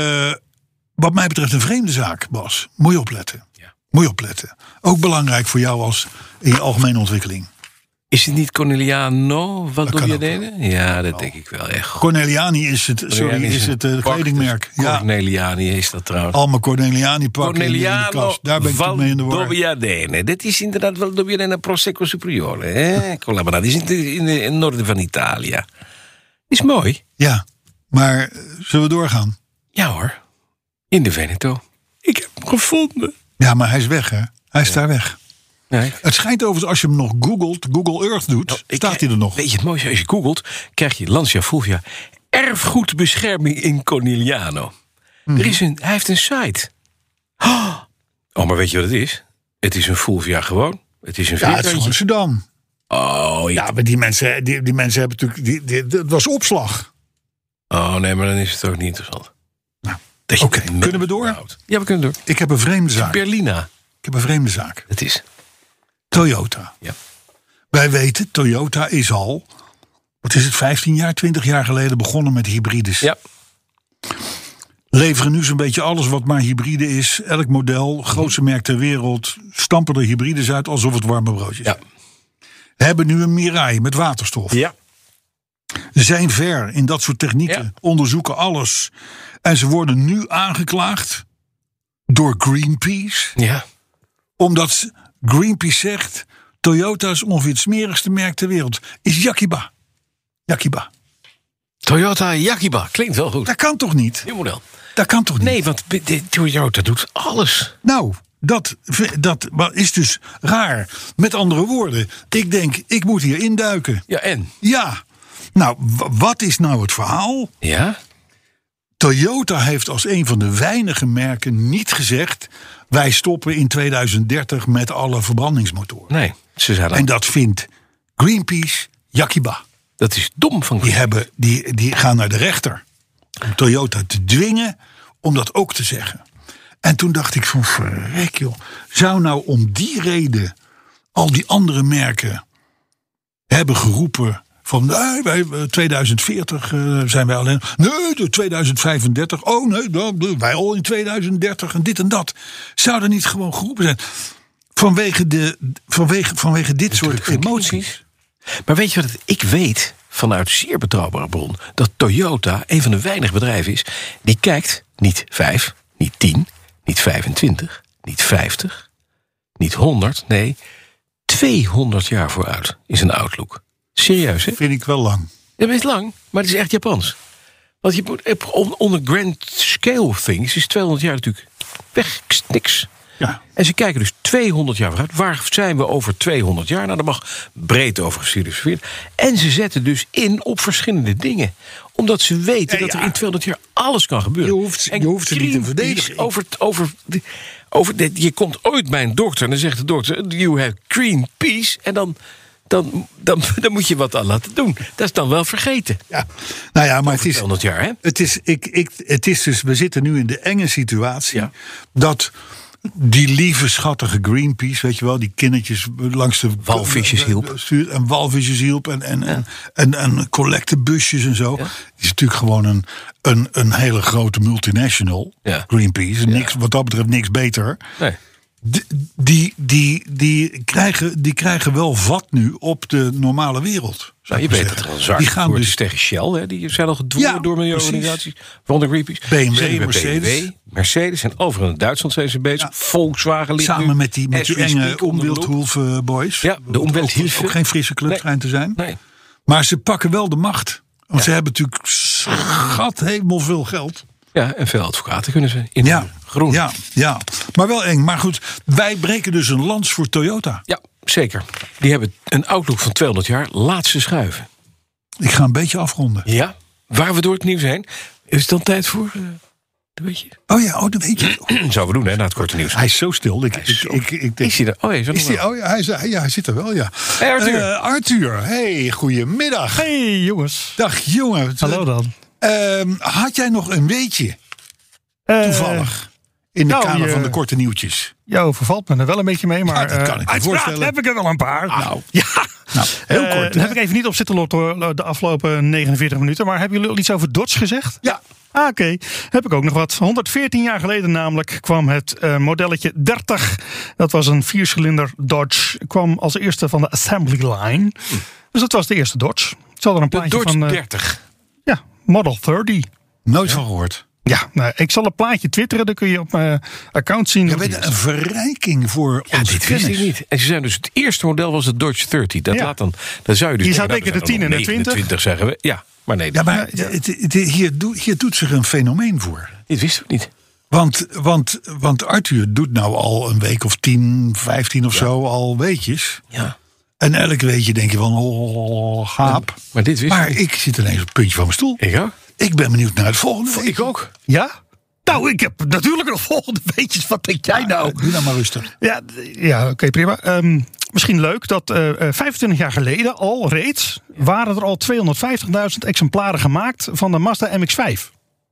wat mij betreft een vreemde zaak, Bas. Moet je opletten.
Ja.
Moet je opletten. Ook belangrijk voor jou als in je algemene ontwikkeling.
Is het niet Corneliano
kan
Valdobbiadene? Ja, dat denk ik wel echt.
Corneliani is het kledingmerk. Ja,
Corneliani is dat trouwens.
allemaal Corneliani pakken in de
Corneliano
kast. Daar ben ik toch mee in de war.
Valdobbiadene. Dit is inderdaad Valdobbiadene Prosecco Superiore. Hè? Dat is in het noorden van Italië. Is mooi.
Ja, maar zullen we doorgaan?
Ja hoor. In de Veneto. Ik heb hem gevonden.
Ja, maar hij is weg, hè? Hij is daar weg.
Nee.
Het schijnt overigens, als je hem nog googelt, Google Earth doet, staat hij er nog.
Weet je het mooiste? Als je googelt, krijg je Lancia Fulvia. Erfgoedbescherming in Corneliano. Hij heeft een site. Oh, maar weet je wat het is? Het is een Fulvia gewoon. Het is een
Ja, het is
vierkantje.
Amsterdam.
Oh,
Ja, maar die mensen hebben natuurlijk... Het was opslag.
Oh, nee, maar dan is het ook niet interessant.
Nou,
Dat je
oké,
het
kunnen we door?
houdt. Ja, we kunnen door.
Ik heb een vreemde zaak.
Berlina.
Ik heb een vreemde zaak.
Het is.
Toyota.
Ja.
Wij weten, Toyota is al... Wat is het, 15 jaar, 20 jaar geleden begonnen met hybrides.
Ja.
Leveren nu zo'n beetje alles wat maar hybride is. Elk model, grootste merk ter wereld. Stampen er hybrides uit alsof het warme broodjes
Ja.
zijn. Hebben nu een Mirai met waterstof.
Ja.
Zijn ver in dat soort technieken.
Ja.
Onderzoeken alles. En ze worden nu aangeklaagd door Greenpeace.
Ja.
Omdat Greenpeace zegt... Toyota is ongeveer het smerigste merk ter wereld. Is Yakiba. Yakiba.
Toyota Yakiba. Klinkt wel goed.
Dat kan toch niet?
Nieuw model.
Dat kan toch niet?
Nee, want de Toyota doet alles.
Nou, dat is dus raar. Met andere woorden, ik denk, ik moet hier induiken.
Ja, en?
Ja. Nou, wat is nou het verhaal?
Ja?
Toyota heeft als een van de weinige merken niet gezegd... wij stoppen in 2030 met alle verbrandingsmotoren.
Nee, ze zeiden
En dat vindt Greenpeace Yakiba.
dat is dom van
Die gaan naar de rechter om Toyota te dwingen om dat ook te zeggen. En toen dacht ik van verrek joh. Zou nou om die reden al die andere merken hebben geroepen van nee, wij 2040 zijn wij alleen. Nee, 2035. Oh nee, wij al in 2030 en dit en dat. Zou er niet gewoon geroepen zijn vanwege dit soort emoties?
Maar weet je wat ik weet vanuit zeer betrouwbare bron? Dat Toyota een van de weinige bedrijven is die kijkt niet 5, niet 10, niet 25, niet 50, niet 100, nee, 200 jaar vooruit is een outlook. Serieus, hè?
Vind ik wel lang.
Dat is lang, maar het is echt Japans. Want je moet on the grand scale of things is 200 jaar natuurlijk weg, niks.
Ja.
En ze kijken dus 200 jaar vooruit. Waar zijn we over 200 jaar? Nou, daar mag breed over gefilosofeerd. En ze zetten dus in op verschillende dingen. Omdat ze weten dat er in 200 jaar alles kan gebeuren.
Je hoeft ze niet te verdedigen.
Je komt ooit bij een dokter en dan zegt de dokter... you have Greenpeace. En dan moet je wat aan laten doen. Dat is dan wel vergeten.
Ja. Nou ja, maar het is
200 jaar, hè?
Het is dus, we zitten nu in de enge situatie
Ja.
dat die lieve schattige Greenpeace, weet je wel, die kindertjes langs de
Walvisjes hielp.
stuurt en walvisjes hielp en collectebusjes en zo.
Ja.
Die is natuurlijk gewoon een hele grote multinational.
Ja.
Greenpeace, niks, wat dat betreft niks beter.
Nee.
Die krijgen wel vat nu op de normale wereld.
Nou, je weet dat er een zwaar
die gaan
dus
dus
tegen Shell. Hè? Die zijn al gedwongen
Ja,
door milieuorganisaties. Van de Greenpeace.
BMW,
Zijn bij
Mercedes.
BMW, Mercedes en overal in Duitsland zijn ze bezig.
Ja.
Volkswagen ligt
samen
nu,
met die
as we
enge
speak, onder de loep.
Umwelthilfe boys.
Ja, de Umwelthilfe.
Ook geen frisse club
Nee.
schijnt te zijn.
Nee.
Maar ze pakken wel de macht. Want ze hebben natuurlijk schat helemaal veel geld.
Ja, en veel advocaten kunnen ze in
Ja,
groen.
ja, maar wel eng. Maar goed, wij breken dus een lans voor Toyota.
Ja, zeker. Die hebben een outlook van 200 jaar. Laat ze schuiven.
Ik ga een beetje afronden.
Ja, waar we door het nieuws heen. Is het dan tijd voor... Dat weet je.
Oh ja, dat weet je.
Zouden we doen, hè, na het korte nieuws.
Hij is zo stil.
Is hij er? Oh,
Hij zit er wel, ja.
Hey, Arthur.
Arthur, hey, goedemiddag.
Hey jongens.
Dag jongen.
Hallo dan.
Had jij nog een weetje toevallig in de kamer van de korte nieuwtjes?
Jo, vervalt me er wel een beetje mee, maar
dat kan ik me voorstellen.
Heb ik er wel een paar.
Nou,
heel kort. Daar heb ik even niet op zitten lotten de afgelopen 49 minuten. Maar hebben jullie al iets over Dodge gezegd?
Ja.
Oké, heb ik ook nog wat. 114 jaar geleden namelijk kwam het modelletje 30. Dat was een 4-cilinder Dodge. Kwam als eerste van de assembly line. Dus dat was de eerste Dodge. Ik zal er een plaatje
Dodge
van...
30.
Ja, Model 30.
Nooit van gehoord.
Ja, nou, ik zal een plaatje twitteren. Dan kun je op mijn account zien.
Ja, een verrijking voor onze
dit
kennis.
wist ik niet. En ze zijn dus het eerste model was de Dodge 30. Dat laat dan zou je dus
je zou denken de 10 en de 20.
20 zeggen we. Ja, maar nee.
Ja, maar hier doet zich een fenomeen voor.
Dit wisten we niet.
Want Arthur doet nou al een week of 10, 15 of zo al weetjes.
Ja.
En elk weetje denk je van, gaap.
Maar dit wist
ik zit ineens op het puntje van mijn stoel.
Ik ook.
Ik ben benieuwd naar het volgende weetje.
Ik ook.
Ja? Nou, ik heb natuurlijk nog volgende weetjes. Wat denk jij nou?
Doe nou maar rustig.
Ja, oké, prima. Misschien leuk dat 25 jaar geleden al reeds waren er al 250.000 exemplaren gemaakt van de Mazda MX-5.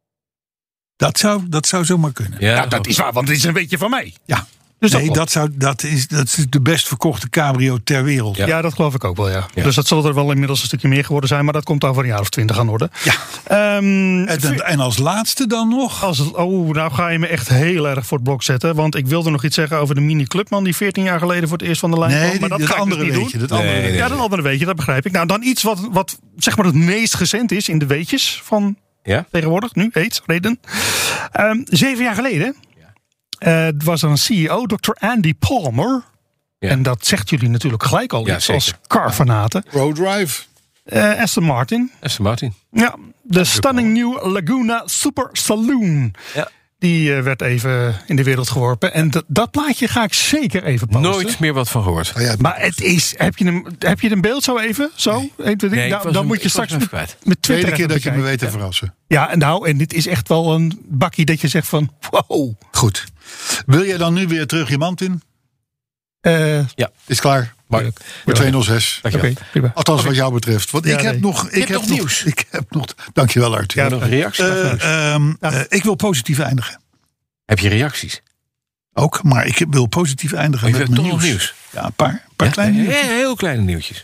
Dat zou zomaar kunnen.
Ja,
dat is waar, want het is een beetje van mij.
Ja.
Dus
nee, dat is de best verkochte cabrio ter wereld.
Ja, dat geloof ik ook wel, ja. Dus dat zal er wel inmiddels een stukje meer geworden zijn. Maar dat komt over een jaar of 20 aan orde.
Ja. En als laatste dan nog?
Nou ga je me echt heel erg voor het blok zetten. Want ik wilde nog iets zeggen over de Mini Clubman die 14 jaar geleden voor het eerst van de lijn kwam. Maar dat ga ik dus niet doen. Dat andere weetje, dat begrijp ik. Nou, dan iets wat zeg maar het meest recent is in de weetjes van tegenwoordig. Nu, reden. 7 jaar geleden... Het was een CEO, Dr. Andy Palmer. Ja. En dat zegt jullie natuurlijk gelijk al iets als carfanaten.
Road Drive.
Aston Martin. Ja, de stunning new Laguna Super Saloon. Ja. Die werd even in de wereld geworpen. En dat plaatje ga ik zeker even posten.
Nooit meer wat van gehoord.
Maar het is... Heb je een beeld zo even? Zo?
Nee,
dan moet je straks met
tweede keer dat je me weet te verrassen.
Ja, en dit is echt wel een bakkie dat je zegt van... Wow.
Goed. Wil jij dan nu weer terug je mand in?
Ja.
Is klaar.
Voor
206.
Oké, prima.
Althans wat jou betreft. Want ik heb nog nieuws. Dankjewel, Arthur.
Ja, nog een reactie?
Ik wil positief eindigen.
Heb je reacties?
Ook, maar ik wil positief eindigen met mijn nieuws. Ja, een paar kleine nieuwtjes.
Ja, heel kleine nieuwtjes.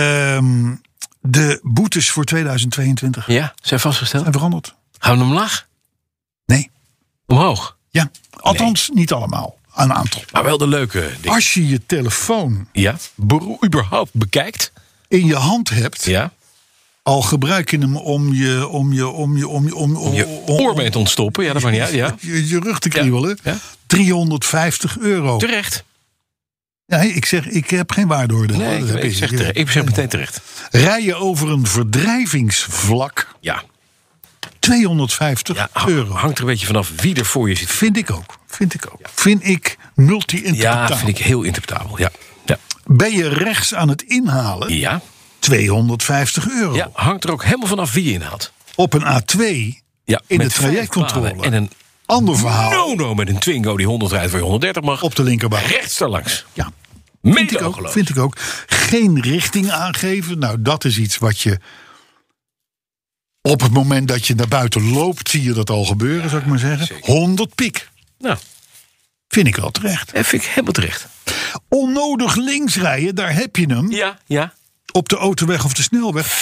De boetes voor 2022
zijn vastgesteld.
Zijn veranderd.
Gaan we omlaag?
Nee.
Omhoog?
Ja, althans niet allemaal. Een aantal.
Maar wel de leuke dingen.
Als je je telefoon
überhaupt bekijkt.
In je hand hebt.
Ja.
Al gebruik je hem om je
oor mee te ontstoppen. Ja, dat maakt niet uit. Ja.
Je rug te kriebelen. Ja. €350.
Terecht.
Ja, ik heb geen waardeoordeel.
Nee, ik zeg meteen terecht.
Rij je over een verdrijvingsvlak.
Ja.
€250.
Hangt er een beetje vanaf wie er voor je zit.
Vind ik ook. Ja. Vind ik multi-interpretabel.
Ja, vind ik heel interpretabel. Ja.
Ben je rechts aan het inhalen?
Ja.
€250.
Ja, hangt er ook helemaal vanaf wie je inhaalt.
Op een A2 in de trajectcontrole.
En een
ander verhaal.
Met een Twingo die 100 rijdt waar je 130 mag.
Op de linkerbaan.
Rechts daarlangs.
Ja. Vind ik ook. Geen richting aangeven. Nou, dat is iets wat je... Op het moment dat je naar buiten loopt, zie je dat al gebeuren, zou ik maar zeggen. Zeker. 100 piek.
Nou.
Vind ik wel terecht.
Dat vind ik helemaal terecht.
Onnodig links rijden, daar heb je hem.
Ja.
Op de autoweg of de snelweg.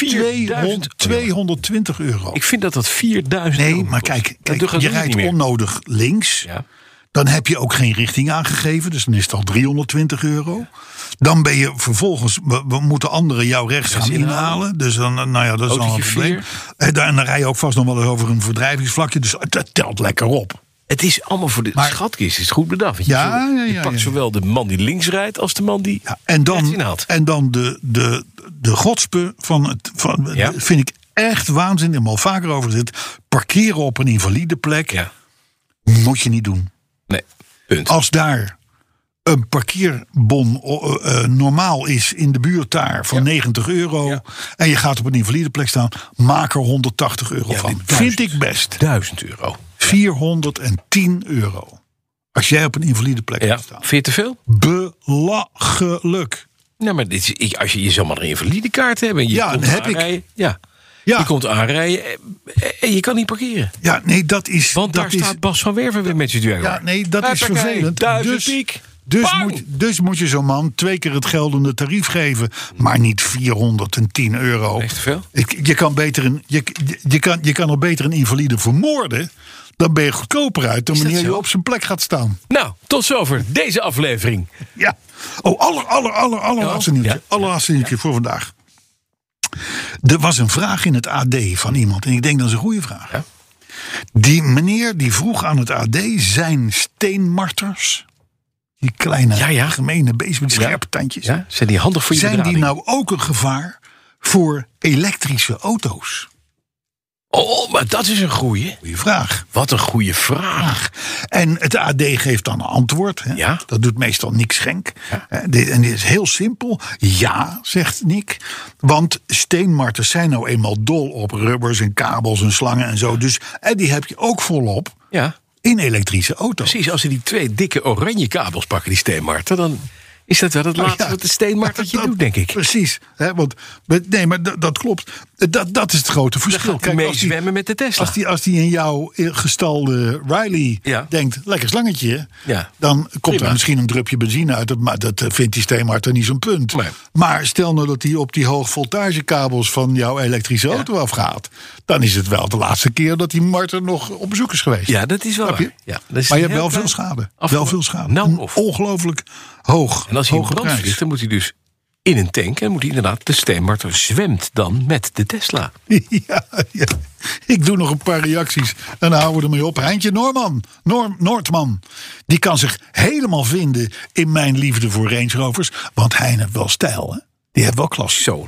€220.
Ik vind dat €4.000.
Nee, maar kijk je rijdt onnodig links. Ja. Dan heb je ook geen richting aangegeven. Dus dan is het al €320. Ja. Dan ben je vervolgens... We moeten anderen jou rechts gaan inhalen. Dus dan, dat is al een probleem. En dan rij je ook vast nog wel eens over een verdrijvingsvlakje. Dus dat telt lekker op.
Het is allemaal voor de schatkist. Is goed bedaft. Je pakt zowel de man die links rijdt als de man die rechts inhaalt. En
dan de godspe vind ik echt waanzin. Ik heb er al vaker over gezet. Parkeren op een invalide plek moet je niet doen.
Nee, punt.
Als daar een parkeerbon normaal is in de buurt daar van €90... en je gaat op een invalide plek staan, maak er €180 van.
Vind ik best. €1.000.
€410. Als jij op een invalide plek gaat staan.
Vind je te veel?
Belachelijk.
Nou, maar als je zal maar een invalide kaart hebben. Je
dan heb ik.
Ja. Je komt aanrijden en je kan niet parkeren.
Ja, nee, dat is...
Want daar staat Bas van Werven weer met je Jaguar.
Ja, nee, dat is vervelend. Dus moet je zo'n man 2 keer het geldende tarief geven. Maar niet €410.
Echt te veel?
Je kan er beter een invalide vermoorden. Dan ben je goedkoper uit dan wanneer je op zijn plek gaat staan.
Nou, tot zover deze aflevering.
Ja. Allerlaatste nieuwtje. Allerlaatste nieuwtje voor vandaag. Er was een vraag in het AD van iemand. En ik denk dat is een goede vraag. Ja? Die meneer die vroeg aan het AD... zijn steenmarters... die kleine gemene beesten met scherpe tandjes...
Ja? Zijn die handig voor je
bedrading? Zijn die nou ook een gevaar voor elektrische auto's?
Oh, maar dat is een goeie
vraag.
Wat een goede vraag.
En het AD geeft dan een antwoord. Hè?
Ja?
Dat doet meestal Nick Schenk. Ja. En dit is heel simpel. Ja, zegt Nick. Want steenmarters zijn nou eenmaal dol op rubbers en kabels en slangen en zo. Dus die heb je ook volop in elektrische auto's.
Precies, als ze die 2 dikke oranje kabels pakken, die steenmarter... dan is dat wel het laatste wat de steenmartertje doet, denk ik.
Precies. Hè, maar dat klopt. Dat is het grote verschil.
Dan gaat hij mee zwemmen met de Tesla.
Als die in jouw gestalde Riley denkt, lekker slangetje... dan komt er misschien een drupje benzine uit. Maar dat vindt die steenmarter niet zo'n punt. Nee. Maar stel nou dat hij op die hoogvoltagekabels van jouw elektrische auto afgaat... dan is het wel de laatste keer dat die marter nog op bezoek is geweest.
Ja, dat is wel waar. Ja, dat is
maar je hebt wel veel schade. Nou, ongelooflijk hoog.
En als hij in brand vliegt, dan moet hij dus in een tank... en moet hij inderdaad, de steenmarter zwemt dan met de Tesla.
Ja. Ik doe nog een paar reacties en dan houden we ermee op. Heintje Noordman, die kan zich helemaal vinden in mijn liefde voor Range Rovers. Want hij heeft wel stijl, hè? Die heeft wel klasse.
Zo.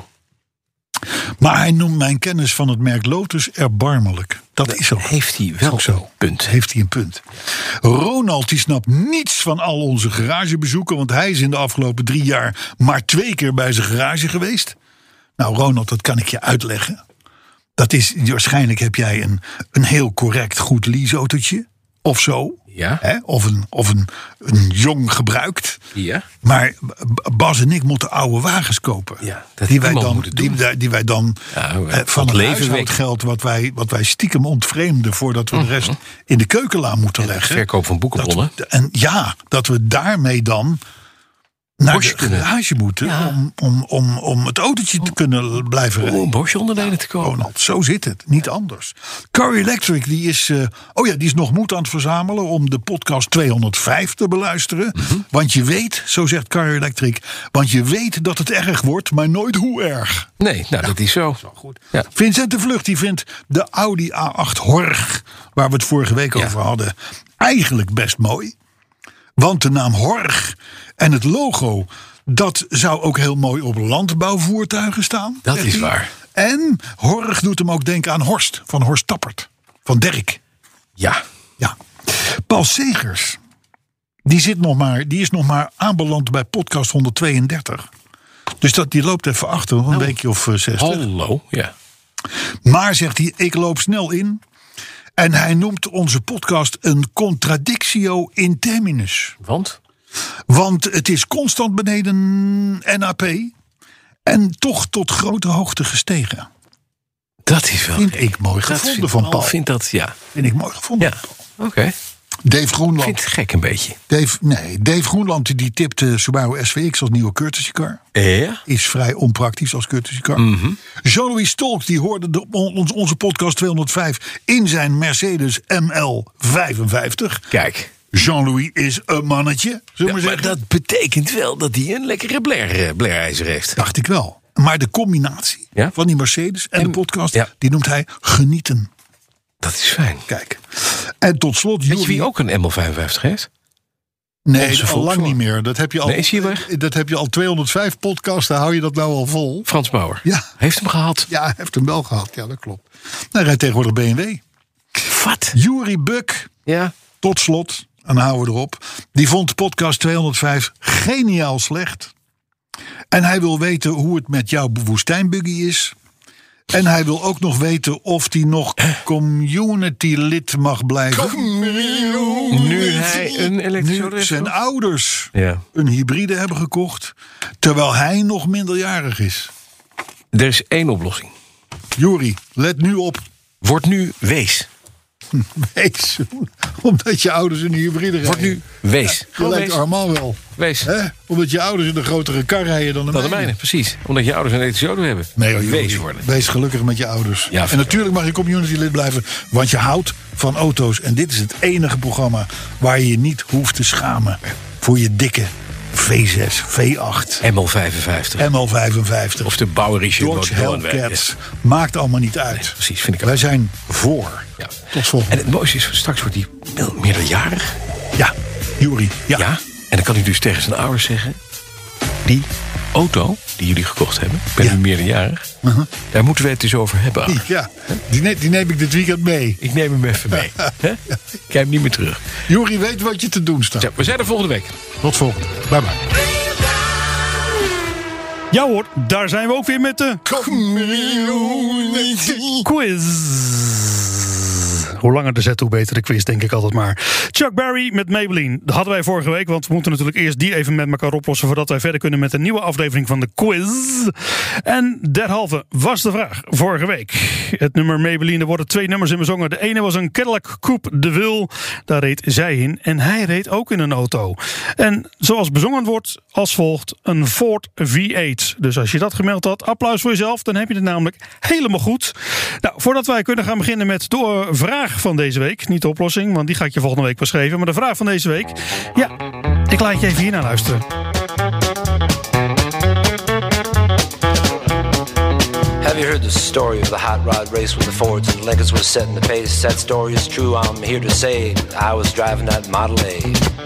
Maar hij noemt mijn kennis van het merk Lotus erbarmelijk. Dat is ook.
Heeft hij wel
een punt. Heeft hij een punt. Ronald die snapt niets van al onze garagebezoeken... want hij is in de afgelopen 3 jaar maar 2 keer bij zijn garage geweest. Nou Ronald, dat kan ik je uitleggen. Dat is, waarschijnlijk heb jij een heel correct goed leaseautootje. Of zo.
Ja.
Hè? Of een jong gebruikt.
Ja.
Maar Bas en ik moeten oude wagens kopen.
Ja,
die wij dan van het huishoudgeld wat wij stiekem ontvreemden... voordat we de rest in de keukenla moeten leggen.
Verkoop van boekenbonnen.
Dat we daarmee dan naar de garage moeten... Ja. Om het autootje te kunnen blijven rijden.
Om een Bosch onderdelen te kopen.
Ronald, zo zit het. Niet anders. Car Electric die is nog moed aan het verzamelen... om de podcast 205 te beluisteren. Mm-hmm. Want je weet, zo zegt Car Electric... want je weet dat het erg wordt, maar nooit hoe erg.
Nee, dat is zo.
Goed. Ja. Vincent de Vlucht die vindt de Audi A8 Horch... waar we het vorige week over hadden... eigenlijk best mooi. Want de naam Horch en het logo... dat zou ook heel mooi op landbouwvoertuigen staan.
Dat is waar.
En Horch doet hem ook denken aan Horst. Van Horst Tappert. Van Derk.
Ja.
Paul Segers. Die is nog maar aanbeland bij podcast 132. Dus die loopt even achter. Een weekje of 60.
Hallo, ja.
Maar, zegt hij, ik loop snel in... En hij noemt onze podcast een contradictio in terminus. Want het is constant beneden NAP en toch tot grote hoogte gestegen.
Dat is wel...
Vind ik mooi gevonden van Paul.
Vind
ik mooi gevonden.
Ja, oké.
Dave Groenland.
Ik vind het gek een beetje.
Dave Groenland die tipte Subaru SVX als nieuwe courtesy car.
Ja.
Is vrij onpraktisch als courtesy car.
Mm-hmm.
Jean-Louis Stolk die hoorde onze podcast 205 in zijn Mercedes ML55.
Kijk.
Jean-Louis is een mannetje, zullen we zeggen.
Maar dat betekent wel dat hij een lekkere blaarijzer heeft.
Dacht ik wel. Maar de combinatie van die Mercedes en de podcast, die noemt hij genieten.
Dat is fijn.
Kijk. En tot slot...
Weet je wie ook een ML55 heeft?
Nee, al lang niet meer. Dat heb je al,
is hij weg?
Dat heb je al 205 podcasts, daar hou je dat nou al vol.
Frans Bauer.
Ja.
Heeft hem gehad.
Ja, hij heeft hem wel gehad. Ja, dat klopt. Hij rijdt tegenwoordig BMW.
Wat?
Yuri Buk.
Ja.
Tot slot, en dan houden we erop. Die vond podcast 205 geniaal slecht. En hij wil weten hoe het met jouw woestijnbuggy is. En hij wil ook nog weten of hij nog community-lid mag blijven.
Nu hij een elektrische auto heeft.
Zijn ouders een hybride hebben gekocht, terwijl hij nog minderjarig is.
Er is 1 oplossing.
Juri, let nu op.
Word nu wees.
Wees, omdat je ouders een hybride rijden.
Word nu wees.
Ja, je lijkt allemaal wel.
Wees.
Omdat je ouders in een grotere kar rijden dan de mijne.
Precies. Omdat je ouders een elektrische auto hebben.
Nee,
wees worden.
Wees gelukkig met je ouders.
Ja,
en natuurlijk mag je community-lid blijven, want je houdt van auto's. En dit is het enige programma waar je je niet hoeft te schamen voor je dikke V6, V8.
ML55. Of de Bauerische
Dodge Hellcats. Maakt allemaal niet uit.
Nee, precies, vind ik ook.
Wij zijn voor.
Ja.
Tot volgende.
En het mooiste is, straks wordt hij meerderjarig.
Ja, Juri. Ja.
En dan kan hij dus tegen zijn ouders zeggen, die auto die jullie gekocht hebben, ik ben nu meerderjarig, daar moeten we het dus over hebben.
Ja, die neem ik dit weekend mee.
Ik neem hem even mee. Ik krijg hem niet meer terug.
Juri weet wat je te doen staat.
Ja, we zijn er volgende week.
Tot volgende. Bye bye.
Ja hoor, daar zijn we ook weer met de quiz. Hoe langer de zet, hoe beter de quiz, denk ik altijd maar. Chuck Berry met Maybelline. Dat hadden wij vorige week, want we moeten natuurlijk eerst die even met elkaar oplossen voordat wij verder kunnen met een nieuwe aflevering van de quiz. En derhalve was de vraag vorige week. Het nummer Maybelline, er worden 2 nummers in bezongen. De ene was een Cadillac Coupe de Ville. Daar reed zij in en hij reed ook in een auto. En zoals bezongen wordt, als volgt een Ford V8. Dus als je dat gemeld had, applaus voor jezelf. Dan heb je het namelijk helemaal goed. Nou, voordat wij kunnen gaan beginnen met de vraag van deze week. Niet de oplossing, want die ga ik je volgende week pas geven. Maar de vraag van deze week. Ja, ik laat je even hier naar luisteren.
Have you heard the story of the hot rod race with the Fords and Lincolns was setting the pace? That story is true, I'm here to say I was driving that Model A.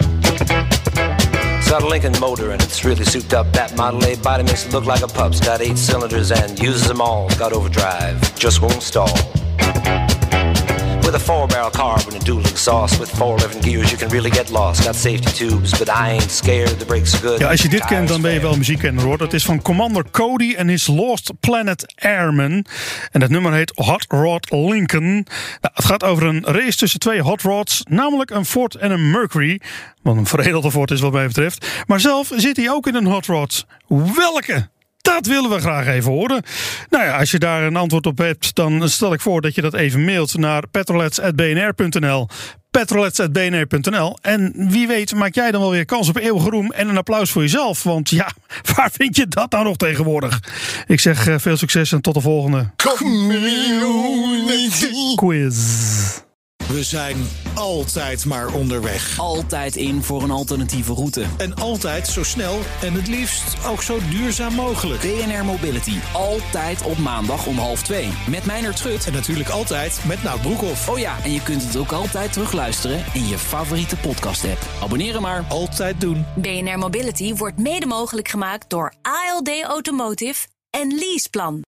It's got a Lincoln motor and it's really souped up. That Model A body makes it look like a pup's. Got 8 cylinders and uses them all. It's got overdrive, just won't stall. With a 4-barrel carb and a dual exhaust. With 411 gears you can really get lost. Got safety tubes, but I ain't scared. The brakes are good.
Ja, als je dit kent, dan ben je wel muziekkenner hoor. Dat is van Commander Cody en his Lost Planet Airmen. En dat nummer heet Hot Rod Lincoln. Nou, het gaat over een race tussen 2 hot rods. Namelijk een Ford en een Mercury. Wat een veredelde Ford is wat mij betreft. Maar zelf zit hij ook in een hot rod. Welke? Dat willen we graag even horen. Nou ja, als je daar een antwoord op hebt, dan stel ik voor dat je dat even mailt naar petrolets@bnr.nl. petrolets@bnr.nl. En wie weet maak jij dan wel weer kans op eeuwige roem en een applaus voor jezelf. Want ja, waar vind je dat nou nog tegenwoordig? Ik zeg veel succes en tot de volgende quiz.
We zijn altijd maar onderweg.
Altijd in voor een alternatieve route.
En altijd zo snel en het liefst ook zo duurzaam mogelijk.
BNR Mobility. Altijd op maandag om 1:30. Met Meijnerd Schut.
En natuurlijk altijd met Nout Broekhoff.
Oh ja, en je kunt het ook altijd terugluisteren in je favoriete podcast-app. Abonneren maar.
Altijd doen.
BNR Mobility wordt mede mogelijk gemaakt door ALD Automotive en Leaseplan.